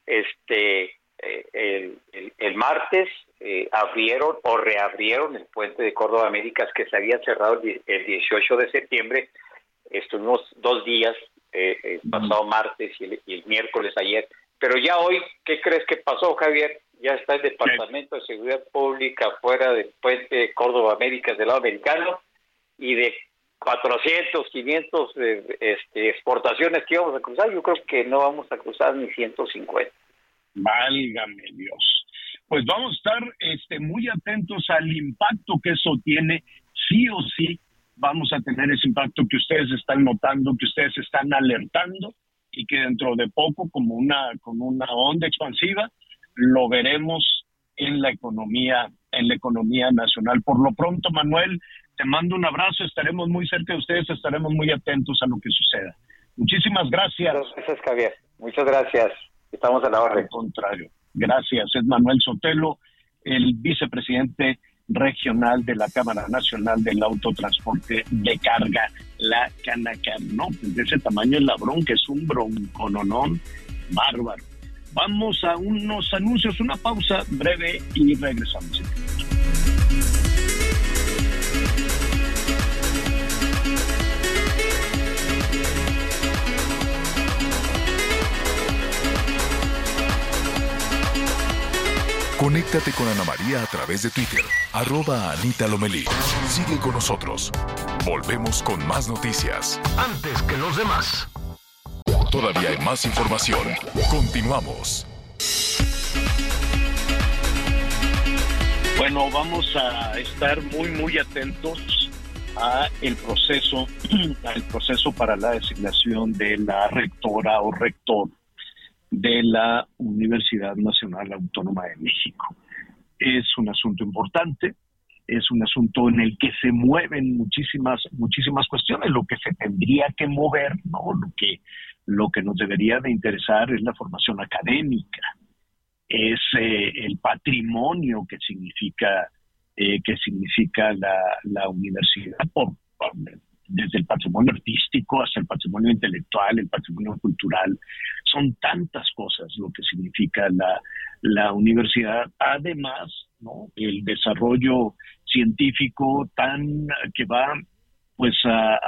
El martes abrieron o reabrieron el puente de Córdoba Américas, que se había cerrado el 18 de septiembre. Estuvimos 2 días, pasado martes y el miércoles ayer. Pero ya hoy, ¿qué crees que pasó, Javier? Ya está el Departamento de Seguridad Pública fuera del puente de Córdoba Américas del lado americano, y de 400, 500 exportaciones que íbamos a cruzar, yo creo que no vamos a cruzar ni 150. Válgame Dios. Pues vamos a estar muy atentos al impacto que eso tiene. Sí o sí vamos a tener ese impacto que ustedes están notando, que ustedes están alertando, y que dentro de poco, como una onda expansiva, lo veremos en la economía nacional. Por lo pronto, Manuel, te mando un abrazo, estaremos muy cerca de ustedes, estaremos muy atentos a lo que suceda. Muchísimas gracias. Gracias, Javier. Muchas gracias. Estamos a la orden. Al contrario. Gracias. Es Manuel Sotelo, el vicepresidente regional de la Cámara Nacional del Autotransporte de Carga, la Canacar. No, pues de ese tamaño es la bronca, es un broncononón bárbaro. Vamos a unos anuncios, una pausa breve y regresamos. Conéctate con Ana María a través de Twitter, @AnitaLomelí. Sigue con nosotros. Volvemos con más noticias. Antes que los demás. Todavía hay más información. Continuamos. Bueno, vamos a estar muy atentos al proceso para la designación de la rectora o rector de la Universidad Nacional Autónoma de México. Es un asunto importante, es un asunto en el que se mueven muchísimas cuestiones. Lo que se tendría que mover, ¿no? Lo que nos debería de interesar es la formación académica, es el patrimonio que significa la universidad, desde el patrimonio artístico hasta el patrimonio intelectual, el patrimonio cultural. Son tantas cosas lo que significa la universidad. Además, ¿no? El desarrollo científico que va pues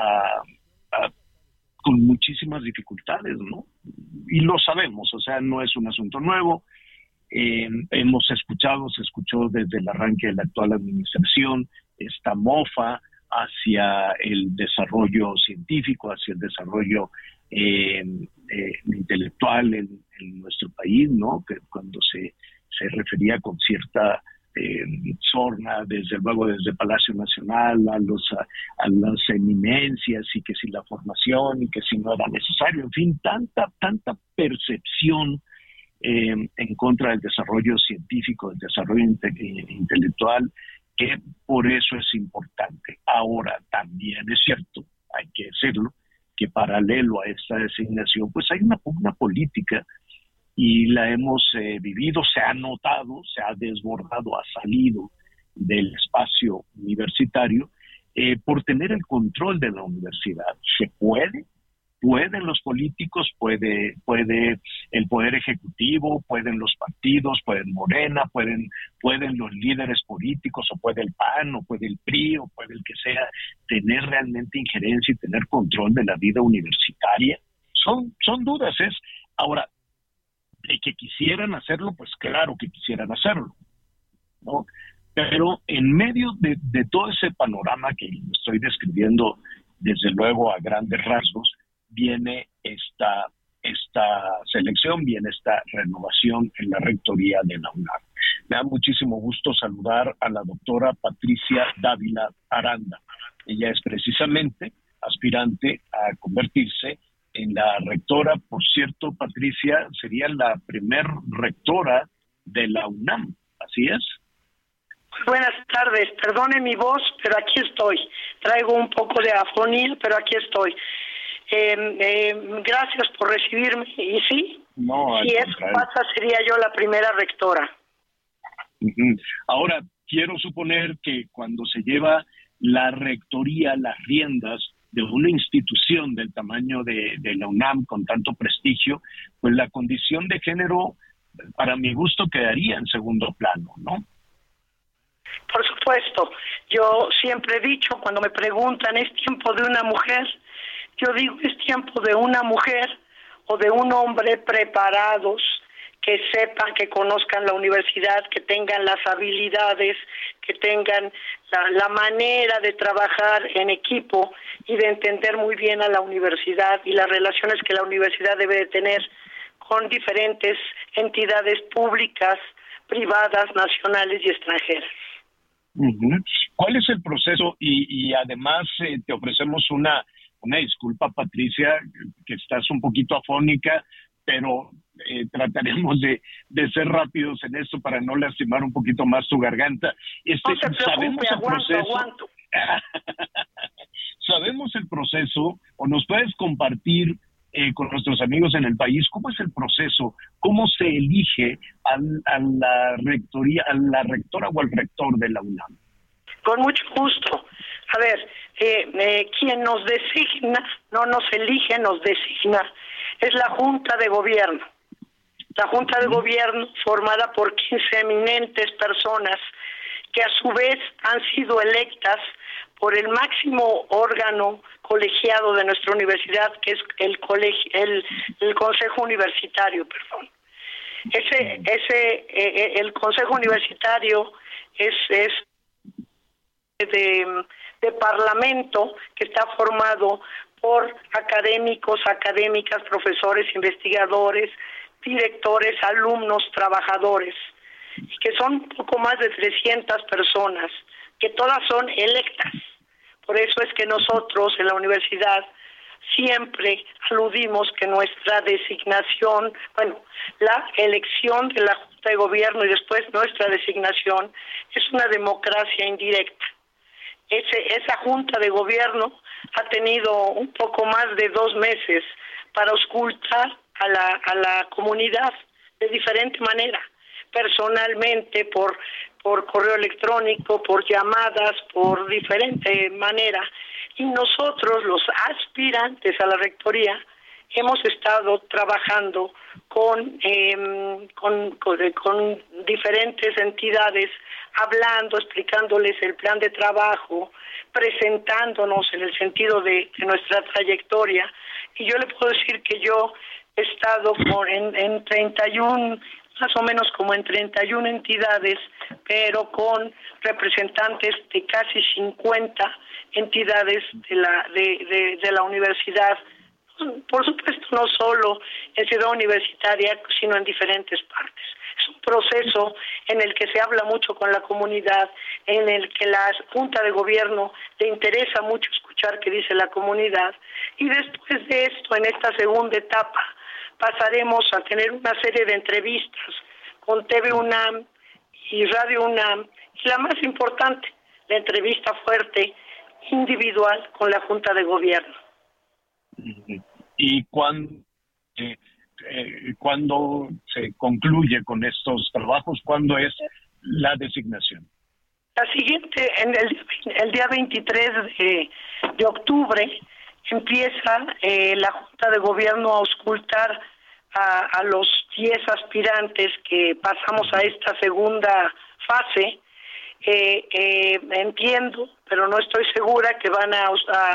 con muchísimas dificultades, ¿no? Y lo sabemos, o sea, no es un asunto nuevo. Se escuchó desde el arranque de la actual administración esta mofa hacia el desarrollo científico, hacia el desarrollo intelectual en nuestro país, ¿no? Que cuando se refería con cierta sorna, desde luego desde Palacio Nacional a las eminencias, y que si la formación y que si no era necesario, en fin, tanta percepción en contra del desarrollo científico, del desarrollo intelectual, que por eso es importante. Ahora, también es cierto, hay que decirlo, que paralelo a esta designación, pues hay una pugna política, y la hemos vivido, se ha notado, se ha desbordado, ha salido del espacio universitario por tener el control de la universidad. ¿Se puede? ¿Pueden los políticos? ¿Puede el Poder Ejecutivo? ¿Pueden los partidos? ¿Pueden Morena? ¿Pueden los líderes políticos? ¿O puede el PAN? ¿O puede el PRI? ¿O puede el que sea tener realmente injerencia y tener control de la vida universitaria? Son dudas. Ahora, de que quisieran hacerlo, pues claro que quisieran hacerlo, ¿no? Pero en medio de todo ese panorama que estoy describiendo, desde luego a grandes rasgos, viene esta selección, viene esta renovación en la rectoría de la UNAM. Me da muchísimo gusto saludar a la doctora Patricia Dávila Aranda. Ella es precisamente aspirante a convertirse en la rectora. Por cierto, Patricia, sería la primer rectora de la UNAM, ¿así es? Buenas tardes, perdone mi voz, pero aquí estoy. Traigo un poco de afonía, pero aquí estoy. Gracias por recibirme. Y sí, si eso pasa, sería yo la primera rectora. Ahora, quiero suponer que cuando se lleva la rectoría, las riendas de una institución del tamaño de la UNAM, con tanto prestigio, pues la condición de género, para mi gusto, quedaría en segundo plano, ¿no? Por supuesto, yo siempre he dicho, cuando me preguntan, ¿es tiempo de una mujer? Yo digo, es tiempo de una mujer o de un hombre preparados, que sepan, que conozcan la universidad, que tengan las habilidades, que tengan la manera de trabajar en equipo y de entender muy bien a la universidad y las relaciones que la universidad debe de tener con diferentes entidades públicas, privadas, nacionales y extranjeras. ¿Cuál es el proceso? Y además te ofrecemos una disculpa, Patricia, que estás un poquito afónica, pero trataremos de ser rápidos en esto para no lastimar un poquito más tu garganta. No se preocupe, aguanto. ¿Sabemos el proceso o nos puedes compartir con nuestros amigos en el país cómo es el proceso? ¿Cómo se elige a la rectoría, a la rectora o al rector de la UNAM? Con mucho gusto. A ver, quien nos designa, no nos elige, nos designa, es la Junta de Gobierno. La Junta de Gobierno, formada por 15 eminentes personas que a su vez han sido electas por el máximo órgano colegiado de nuestra universidad, que es el Consejo Universitario, perdón. El Consejo Universitario es de parlamento que está formado por académicos, académicas, profesores, investigadores, directores, alumnos, trabajadores, que son un poco más de 300 personas, que todas son electas. Por eso es que nosotros en la universidad siempre aludimos que nuestra designación, la elección de la Junta de Gobierno y después nuestra designación es una democracia indirecta. Esa Junta de Gobierno ha tenido un poco más de 2 meses para auscultar a la comunidad de diferente manera, personalmente, por correo electrónico, por llamadas, por diferente manera. Y nosotros, los aspirantes a la rectoría, hemos estado trabajando con diferentes entidades, hablando, explicándoles el plan de trabajo, presentándonos en el sentido de nuestra trayectoria. Y yo le puedo decir que yo he estado en 31, más o menos como en 31 entidades, pero con representantes de casi 50 entidades de la universidad. Por supuesto, no solo en Ciudad Universitaria, sino en diferentes partes. Es un proceso en el que se habla mucho con la comunidad, en el que la Junta de Gobierno le interesa mucho escuchar qué dice la comunidad. Y después de esto, en esta segunda etapa, pasaremos a tener una serie de entrevistas con TV UNAM y Radio UNAM. Y la más importante, la entrevista fuerte, individual, con la Junta de Gobierno. ¿Y cuándo se concluye con estos trabajos? ¿Cuándo es la designación? La siguiente, el día 23 de octubre, empieza la Junta de Gobierno a auscultar a los 10 aspirantes que pasamos a esta segunda fase. Entiendo, pero no estoy segura, que van a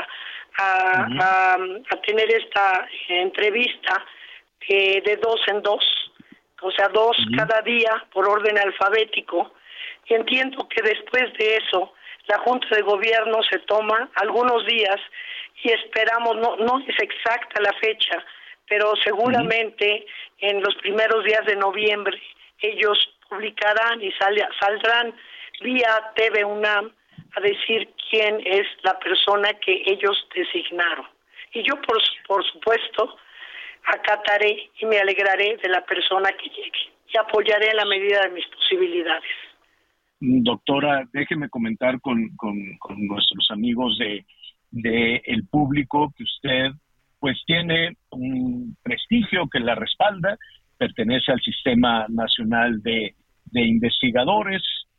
tener esta entrevista de 2 en 2, o sea, 2 cada día por orden alfabético. Y entiendo que después de eso la Junta de Gobierno se toma algunos días y esperamos, no es exacta la fecha, pero seguramente en los primeros días de noviembre ellos publicarán y saldrán vía TV UNAM a decir quién es la persona que ellos designaron. Y yo, por supuesto, acataré y me alegraré de la persona que llegue y apoyaré en la medida de mis posibilidades. Doctora, déjeme comentar con nuestros amigos de el público que usted pues tiene un prestigio que la respalda, pertenece al Sistema Nacional de Investigadores,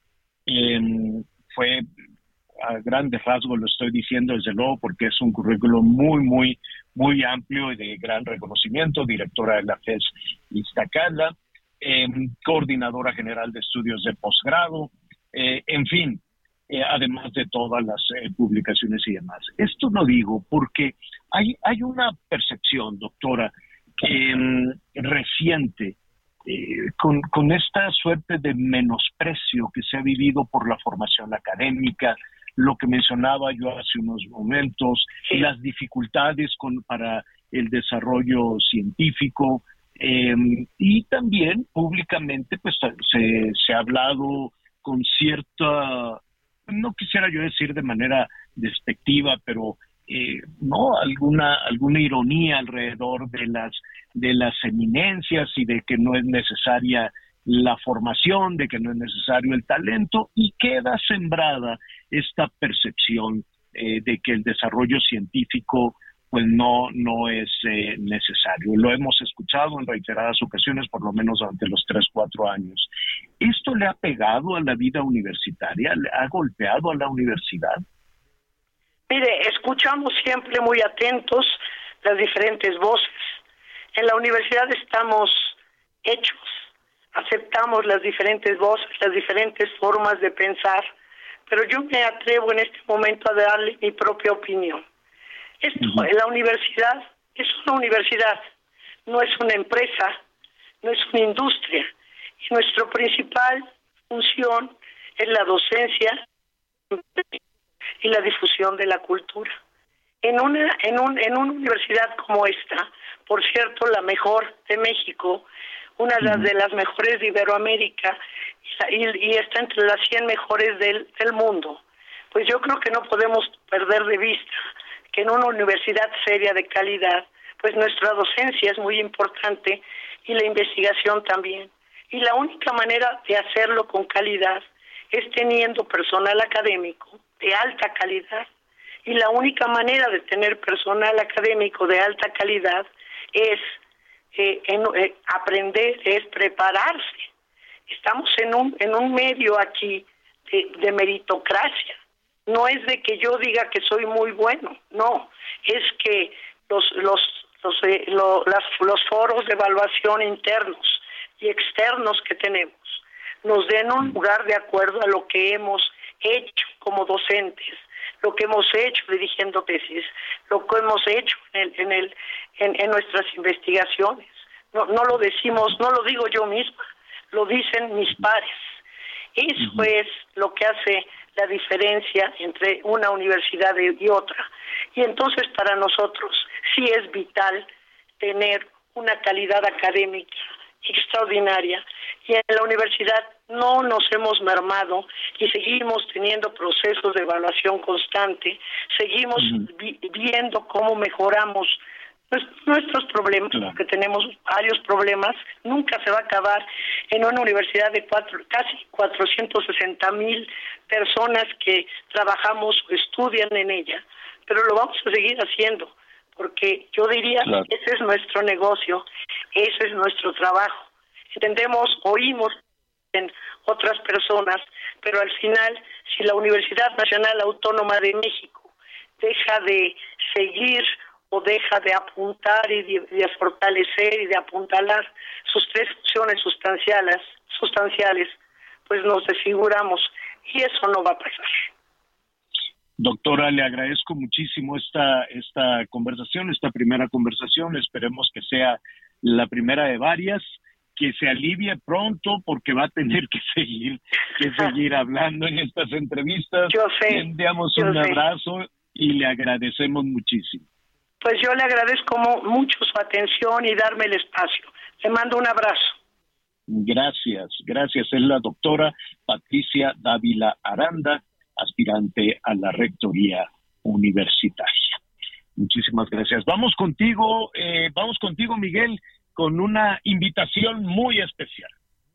fue a grandes rasgos, lo estoy diciendo desde luego porque es un currículum muy amplio y de gran reconocimiento, directora de la FES Iztacala, coordinadora general de estudios de posgrado, en fin, además de todas las publicaciones y demás. Esto lo digo porque hay una percepción, doctora, reciente, con esta suerte de menosprecio que se ha vivido por la formación académica, lo que mencionaba yo hace unos momentos, las dificultades para el desarrollo científico, y también públicamente pues se ha hablado con cierta, no quisiera yo decir de manera despectiva, pero no alguna ironía alrededor de las eminencias y de que no es necesaria la formación, de que no es necesario el talento, y queda sembrada esta percepción de que el desarrollo científico pues no es necesario. Lo hemos escuchado en reiteradas ocasiones, por lo menos durante los 3-4 años. ¿Esto le ha pegado a la vida universitaria? ¿Le ha golpeado a la universidad? Mire, escuchamos siempre muy atentos las diferentes voces. En la universidad estamos hechos, aceptamos las diferentes voces, las diferentes formas de pensar, pero yo me atrevo en este momento a darle mi propia opinión. La universidad es una universidad, no es una empresa, no es una industria. Y nuestra principal función es la docencia y la difusión de la cultura. En una universidad como esta, por cierto, la mejor de México, una de las mejores de Iberoamérica, y está entre las 100 mejores del mundo, pues yo creo que no podemos perder de vista que en una universidad seria de calidad, pues nuestra docencia es muy importante y la investigación también. Y la única manera de hacerlo con calidad es teniendo personal académico de alta calidad. Y la única manera de tener personal académico de alta calidad es aprender, es prepararse. Estamos en un medio aquí de meritocracia. No es de que yo diga que soy muy bueno, no, es que los foros de evaluación internos y externos que tenemos nos den un lugar de acuerdo a lo que hemos hecho como docentes, lo que hemos hecho dirigiendo tesis, lo que hemos hecho en nuestras investigaciones. No lo decimos, no lo digo yo misma, lo dicen mis pares. Eso es lo que hace la diferencia entre una universidad y otra. Y entonces para nosotros sí es vital tener una calidad académica extraordinaria. Y en la universidad no nos hemos mermado y seguimos teniendo procesos de evaluación constante, seguimos viendo cómo mejoramos nuestros problemas, porque tenemos varios problemas. Nunca se va a acabar en una universidad de casi 460,000 personas que trabajamos o estudian en ella, pero lo vamos a seguir haciendo, porque yo diría que ese es nuestro negocio, ese es nuestro trabajo. Entendemos, oímos en otras personas, pero al final, si la Universidad Nacional Autónoma de México deja de seguir o deja de apuntar y de fortalecer y de apuntalar sus 3 funciones sustanciales, pues nos desfiguramos y eso no va a pasar. Doctora, le agradezco muchísimo esta conversación, esta primera conversación. Esperemos que sea la primera de varias, que se alivie pronto porque va a tener que seguir hablando en estas entrevistas. Yo sé. Le enviamos un abrazo y le agradecemos muchísimo. Pues yo le agradezco mucho su atención y darme el espacio. Le mando un abrazo. Gracias. Es la doctora Patricia Dávila Aranda, aspirante a la rectoría universitaria. Muchísimas gracias. Vamos contigo, Miguel, con una invitación muy especial.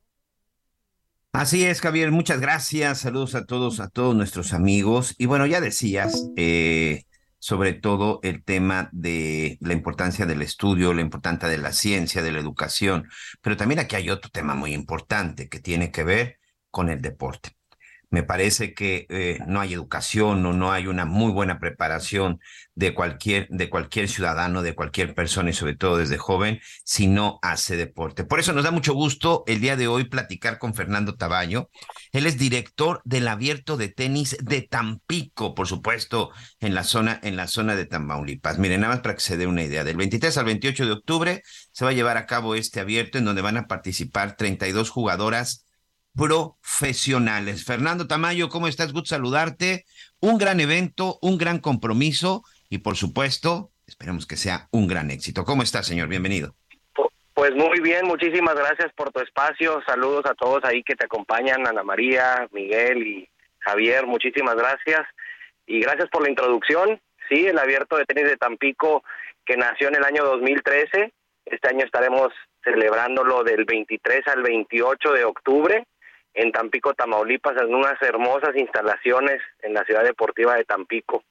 Así es, Javier, muchas gracias. Saludos a todos nuestros amigos. Y bueno, ya decías, sobre todo el tema de la importancia del estudio, la importancia de la ciencia, de la educación, pero también aquí hay otro tema muy importante que tiene que ver con el deporte. Me parece que no hay educación o no hay una muy buena preparación de cualquier ciudadano, de cualquier persona y sobre todo desde joven, si no hace deporte. Por eso nos da mucho gusto el día de hoy platicar con Fernando Tamayo. Él es director del Abierto de Tenis de Tampico, por supuesto, en la zona de Tamaulipas. Miren, nada más para que se dé una idea. Del 23 al 28 de octubre se va a llevar a cabo este abierto en donde van a participar 32 jugadoras profesionales. Fernando Tamayo, ¿cómo estás? Gusto saludarte. Un gran evento, un gran compromiso y por supuesto, esperemos que sea un gran éxito. ¿Cómo estás, señor? Bienvenido. Pues muy bien, muchísimas gracias por tu espacio. Saludos a todos ahí que te acompañan, Ana María, Miguel y Javier, muchísimas gracias. Y gracias por la introducción. Sí, el Abierto de Tenis de Tampico, que nació en el año 2013. Este año estaremos celebrándolo del 23 al 28 de octubre. En Tampico, Tamaulipas, en unas hermosas instalaciones en la ciudad deportiva de Tampico.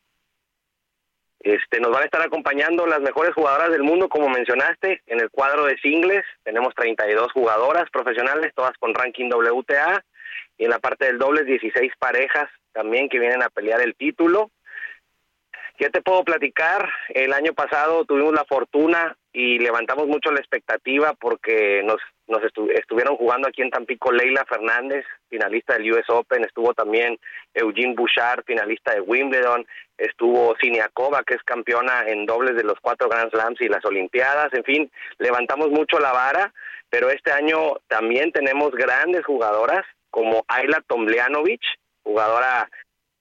Nos van a estar acompañando las mejores jugadoras del mundo, como mencionaste, en el cuadro de singles. Tenemos 32 jugadoras profesionales, todas con ranking WTA, y en la parte del dobles 16 parejas también que vienen a pelear el título. ¿Qué te puedo platicar? El año pasado tuvimos la fortuna y levantamos mucho la expectativa porque nos estuvieron jugando aquí en Tampico Leila Fernández, finalista del US Open, estuvo también Eugene Bouchard, finalista de Wimbledon, estuvo Siniakova, que es campeona en dobles de los 4 Grand Slams y las Olimpiadas, en fin, levantamos mucho la vara, pero este año también tenemos grandes jugadoras como Ayla Tomljanovic, jugadora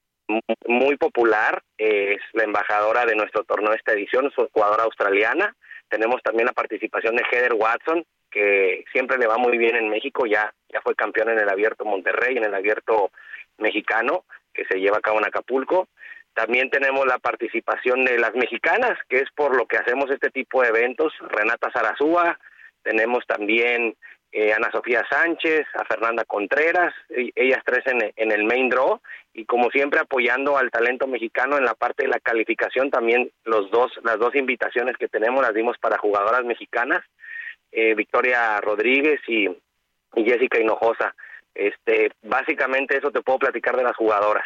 muy popular, es la embajadora de nuestro torneo de esta edición, es una jugadora australiana. Tenemos también la participación de Heather Watson, que siempre le va muy bien en México, ya fue campeona en el Abierto Monterrey, en el Abierto Mexicano, que se lleva a cabo en Acapulco. También tenemos la participación de las mexicanas, que es por lo que hacemos este tipo de eventos, Renata Zarazúa, tenemos también Ana Sofía Sánchez, a Fernanda Contreras, ellas tres en el main draw, y como siempre apoyando al talento mexicano en la parte de la calificación. También las dos invitaciones que tenemos las dimos para jugadoras mexicanas, Victoria Rodríguez y Jessica Hinojosa. Básicamente eso te puedo platicar de las jugadoras.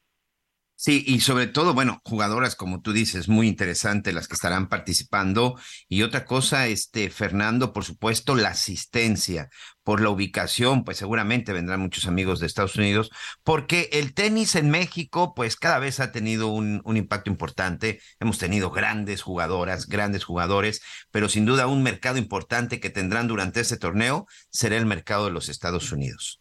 Sí, y sobre todo, bueno, jugadoras, como tú dices, muy interesantes las que estarán participando. Y otra cosa, Fernando, por supuesto, la asistencia por la ubicación, pues seguramente vendrán muchos amigos de Estados Unidos, porque el tenis en México, pues cada vez ha tenido un impacto importante. Hemos tenido grandes jugadoras, grandes jugadores, pero sin duda un mercado importante que tendrán durante este torneo será el mercado de los Estados Unidos.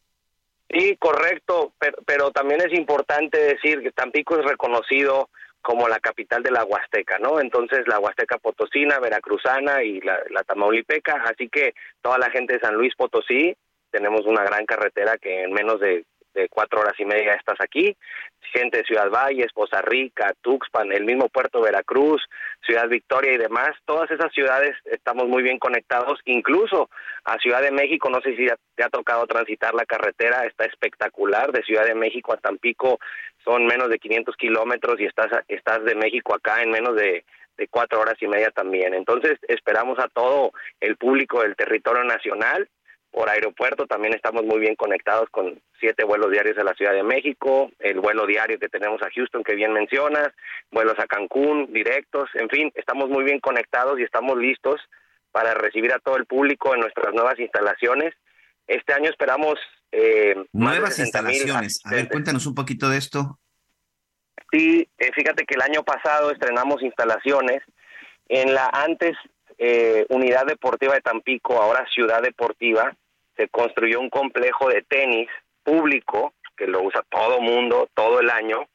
Sí, correcto, pero también es importante decir que Tampico es reconocido como la capital de la Huasteca, ¿no? Entonces la Huasteca potosina, veracruzana y la tamaulipeca, así que toda la gente de San Luis Potosí, tenemos una gran carretera que en menos de 4 horas y media estás aquí, gente de Ciudad Valles, Poza Rica, Tuxpan, el mismo Puerto Veracruz, Ciudad Victoria y demás, todas esas ciudades estamos muy bien conectados, incluso a Ciudad de México. No sé si te ha tocado transitar la carretera, está espectacular, de Ciudad de México a Tampico son menos de 500 kilómetros y estás de México acá en menos de 4 horas y media también. Entonces esperamos a todo el público del territorio nacional. Por aeropuerto también estamos muy bien conectados con 7 vuelos diarios a la Ciudad de México, el vuelo diario que tenemos a Houston, que bien mencionas, vuelos a Cancún, directos, en fin, estamos muy bien conectados y estamos listos para recibir a todo el público en nuestras nuevas instalaciones. Este año esperamos nuevas instalaciones. A ver, cuéntanos un poquito de esto. Sí, fíjate que el año pasado estrenamos instalaciones en la antes Unidad Deportiva de Tampico, ahora Ciudad Deportiva. Se construyó un complejo de tenis público que lo usa todo mundo todo el año,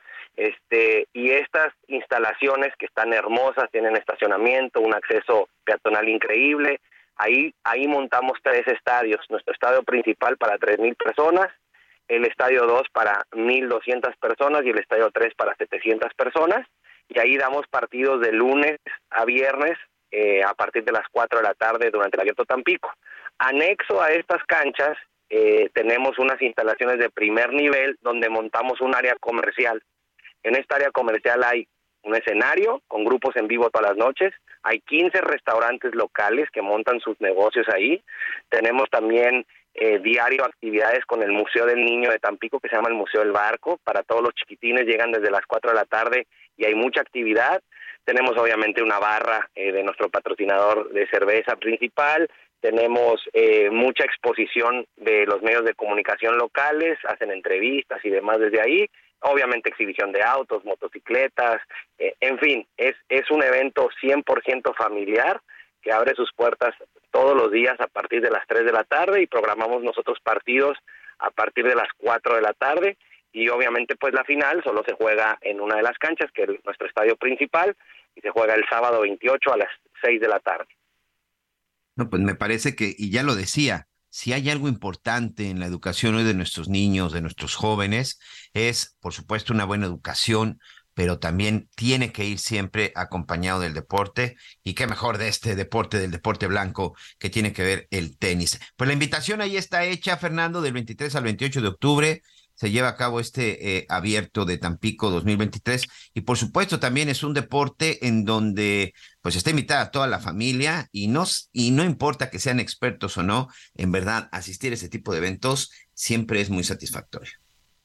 y estas instalaciones que están hermosas, tienen estacionamiento, un acceso peatonal increíble. Ahí montamos 3 estadios, nuestro estadio principal para 3,000 personas, el estadio 2 para 1,200 personas y el estadio 3 para 700 personas, y ahí damos partidos de lunes a viernes a partir de las 4 de la tarde durante el Abierto Tampico. Anexo a estas canchas tenemos unas instalaciones de primer nivel donde montamos un área comercial. En esta área comercial hay un escenario con grupos en vivo todas las noches, hay 15 restaurantes locales que montan sus negocios ahí, tenemos también diario actividades con el Museo del Niño de Tampico, que se llama el Museo del Barco, para todos los chiquitines, llegan desde las 4 de la tarde y hay mucha actividad. Tenemos obviamente una barra de nuestro patrocinador de cerveza principal, tenemos mucha exposición de los medios de comunicación locales, hacen entrevistas y demás desde ahí, obviamente exhibición de autos, motocicletas, en fin, es un evento 100% familiar que abre sus puertas todos los días a partir de las 3 de la tarde y programamos nosotros partidos a partir de las 4 de la tarde y obviamente pues la final solo se juega en una de las canchas, que es nuestro estadio principal, y se juega el sábado 28 a las 6 de la tarde. No, pues me parece que, y ya lo decía, si hay algo importante en la educación hoy de nuestros niños, de nuestros jóvenes, es por supuesto una buena educación, pero también tiene que ir siempre acompañado del deporte, y qué mejor de este deporte, del deporte blanco, que tiene que ver el tenis. Pues la invitación ahí está hecha, Fernando, del 23 al 28 de octubre, se lleva a cabo este Abierto de Tampico 2023, y por supuesto también es un deporte en donde pues está invitada a toda la familia, y no importa que sean expertos o no, en verdad asistir a ese tipo de eventos siempre es muy satisfactorio.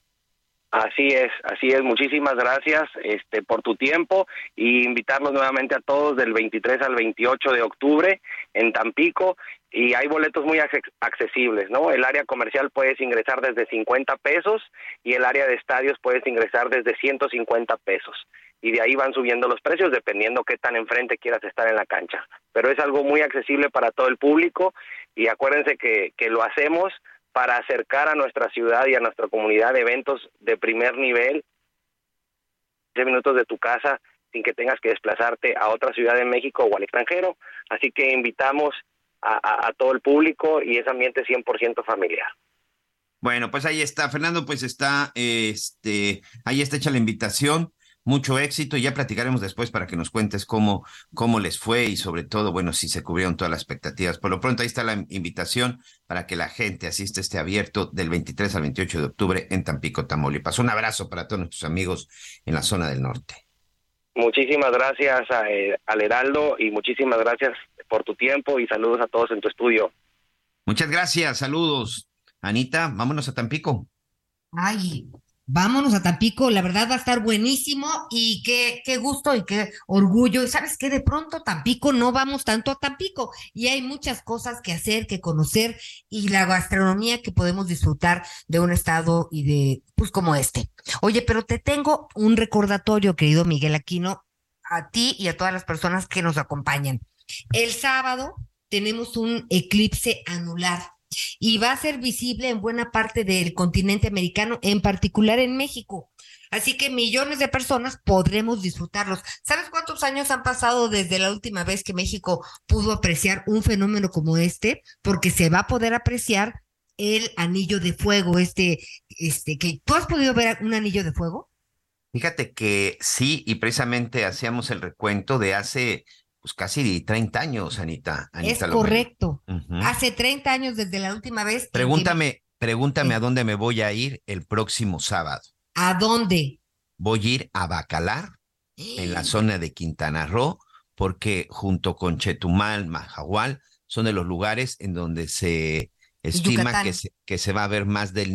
Así es, muchísimas gracias por tu tiempo, y invitarlos nuevamente a todos del 23 al 28 de octubre en Tampico, y hay boletos muy accesibles, ¿no? El área comercial puedes ingresar desde 50 pesos y el área de estadios puedes ingresar desde 150 pesos, y de ahí van subiendo los precios dependiendo qué tan enfrente quieras estar en la cancha, pero es algo muy accesible para todo el público, y acuérdense que lo hacemos para acercar a nuestra ciudad y a nuestra comunidad eventos de primer nivel, 10 minutos de tu casa sin que tengas que desplazarte a otra ciudad de México o al extranjero. Así que invitamos a todo el público, y es ambiente 100% familiar. Bueno, pues ahí está, Fernando, pues está, ahí está hecha la invitación. Mucho éxito, y ya platicaremos después para que nos cuentes cómo les fue, y sobre todo, bueno, si se cubrieron todas las expectativas. Por lo pronto, ahí está la invitación para que la gente asista a este Abierto del 23 al 28 de octubre en Tampico, Tamaulipas. Un abrazo para todos nuestros amigos en la zona del norte. Muchísimas gracias al Heraldo, y muchísimas gracias por tu tiempo, y saludos a todos en tu estudio. Muchas gracias, saludos. Anita, vámonos a Tampico. Ay, vámonos a Tampico, la verdad va a estar buenísimo, y qué gusto y qué orgullo. Y sabes que de pronto Tampico no vamos tanto a Tampico, y hay muchas cosas que hacer, que conocer, y la gastronomía que podemos disfrutar de un estado y de, pues como este. Oye, pero te tengo un recordatorio, querido Miguel Aquino, a ti y a todas las personas que nos acompañan. El sábado tenemos un eclipse anular, y va a ser visible en buena parte del continente americano, en particular en México. Así que millones de personas podremos disfrutarlos. ¿Sabes cuántos años han pasado desde la última vez que México pudo apreciar un fenómeno como este? Porque se va a poder apreciar el anillo de fuego, que ¿tú has podido ver un anillo de fuego? Fíjate que sí, y precisamente hacíamos el recuento de hace pues casi 30 años, Anita. Es correcto. Hace 30 años desde la última vez. Pregúntame a dónde me voy a ir el próximo sábado. ¿A dónde? Voy a ir a Bacalar, en la zona de Quintana Roo, porque junto con Chetumal, Mahahual, son de los lugares en donde se estima que se va a ver más del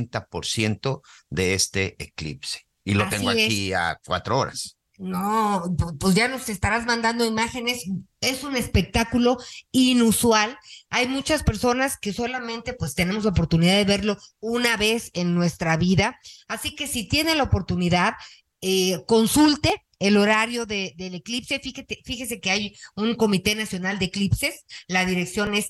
90% de este eclipse. Y lo tengo aquí a 4 horas. No, pues ya nos estarás mandando imágenes. Es un espectáculo inusual. Hay muchas personas que solamente pues tenemos la oportunidad de verlo una vez en nuestra vida. Así que si tiene la oportunidad, consulte el horario del eclipse. Fíjese que hay un Comité Nacional de Eclipses. La dirección es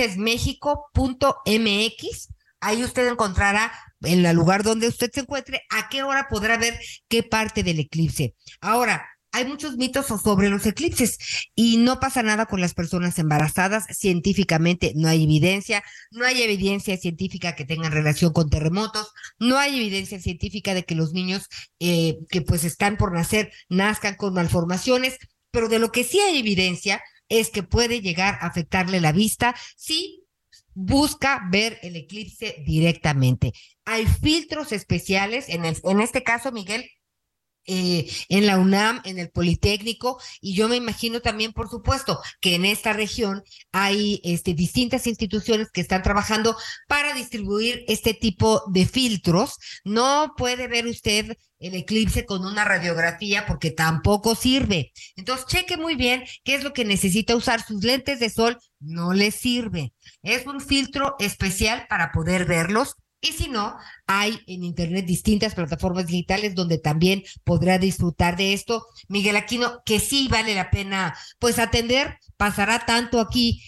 eclipsesmexico.mx. Ahí usted encontrará, en el lugar donde usted se encuentre, a qué hora podrá ver qué parte del eclipse. Ahora, hay muchos mitos sobre los eclipses y no pasa nada con las personas embarazadas. Científicamente no hay evidencia científica que tengan relación con terremotos, no hay evidencia científica de que los niños que pues están por nacer nazcan con malformaciones, pero de lo que sí hay evidencia es que puede llegar a afectarle la vista si busca ver el eclipse directamente. Hay filtros especiales, en este caso, Miguel, en la UNAM, en el Politécnico, y yo me imagino también, por supuesto, que en esta región hay distintas instituciones que están trabajando para distribuir este tipo de filtros. No puede ver usted el eclipse con una radiografía porque tampoco sirve. Entonces, cheque muy bien qué es lo que necesita usar. Sus lentes de sol no les sirve. Es un filtro especial para poder verlos. Y si no, hay en internet distintas plataformas digitales donde también podrá disfrutar de esto. Miguel Aquino, que sí vale la pena pues atender, pasará tanto aquí,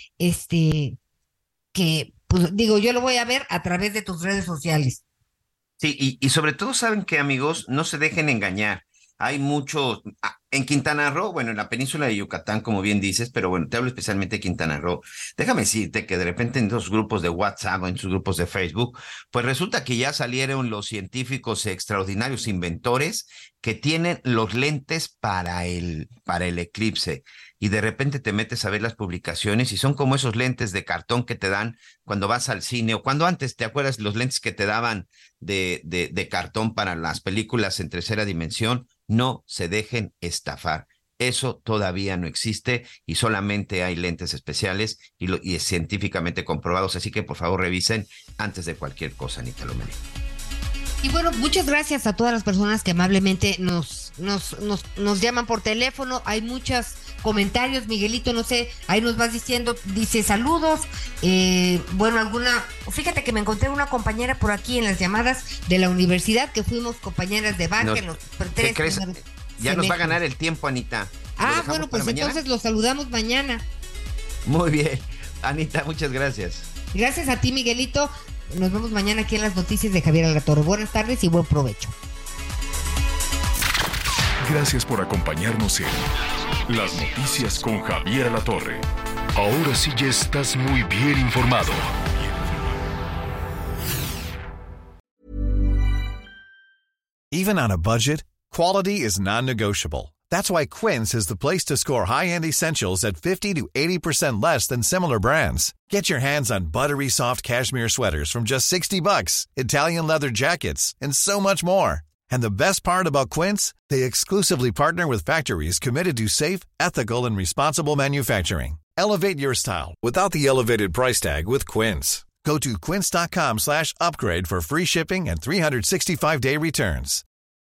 que pues digo, yo lo voy a ver a través de tus redes sociales. Sí, y sobre todo saben que, amigos, no se dejen engañar. Hay muchos, en Quintana Roo, bueno, en la península de Yucatán, como bien dices, pero bueno, te hablo especialmente de Quintana Roo. Déjame decirte que de repente en los grupos de WhatsApp o en sus grupos de Facebook, pues resulta que ya salieron los científicos extraordinarios inventores que tienen los lentes para el eclipse. Y de repente te metes a ver las publicaciones y son como esos lentes de cartón que te dan cuando vas al cine o cuando antes, ¿te acuerdas los lentes que te daban de cartón para las películas en tercera dimensión? No se dejen estafar. Eso todavía no existe y solamente hay lentes especiales y es científicamente comprobados. Así que por favor revisen antes de cualquier cosa, Anita Lomelí. Y bueno, muchas gracias a todas las personas que amablemente nos llaman por teléfono. Hay muchos comentarios, Miguelito, no sé, ahí nos vas diciendo, dice saludos, fíjate que me encontré una compañera por aquí en las llamadas de la universidad, que fuimos compañeras de banca en los ¿qué crees? Ya nos va a ganar el tiempo, Anita. Bueno, pues entonces los saludamos mañana. Muy bien, Anita, muchas gracias. Gracias a ti, Miguelito. Nos vemos mañana aquí en las noticias de Javier Alatorre. Buenas tardes y buen provecho. Gracias por acompañarnos en Las Noticias con Javier Alatorre. Ahora sí ya estás muy bien informado. Even on a budget, quality is non-negotiable. That's why Quince is the place to score high-end essentials at 50 to 80% less than similar brands. Get your hands on buttery soft cashmere sweaters from just $60, Italian leather jackets, and so much more. And the best part about Quince, they exclusively partner with factories committed to safe, ethical, and responsible manufacturing. Elevate your style without the elevated price tag with Quince. Go to quince.com/upgrade for free shipping and 365-day returns.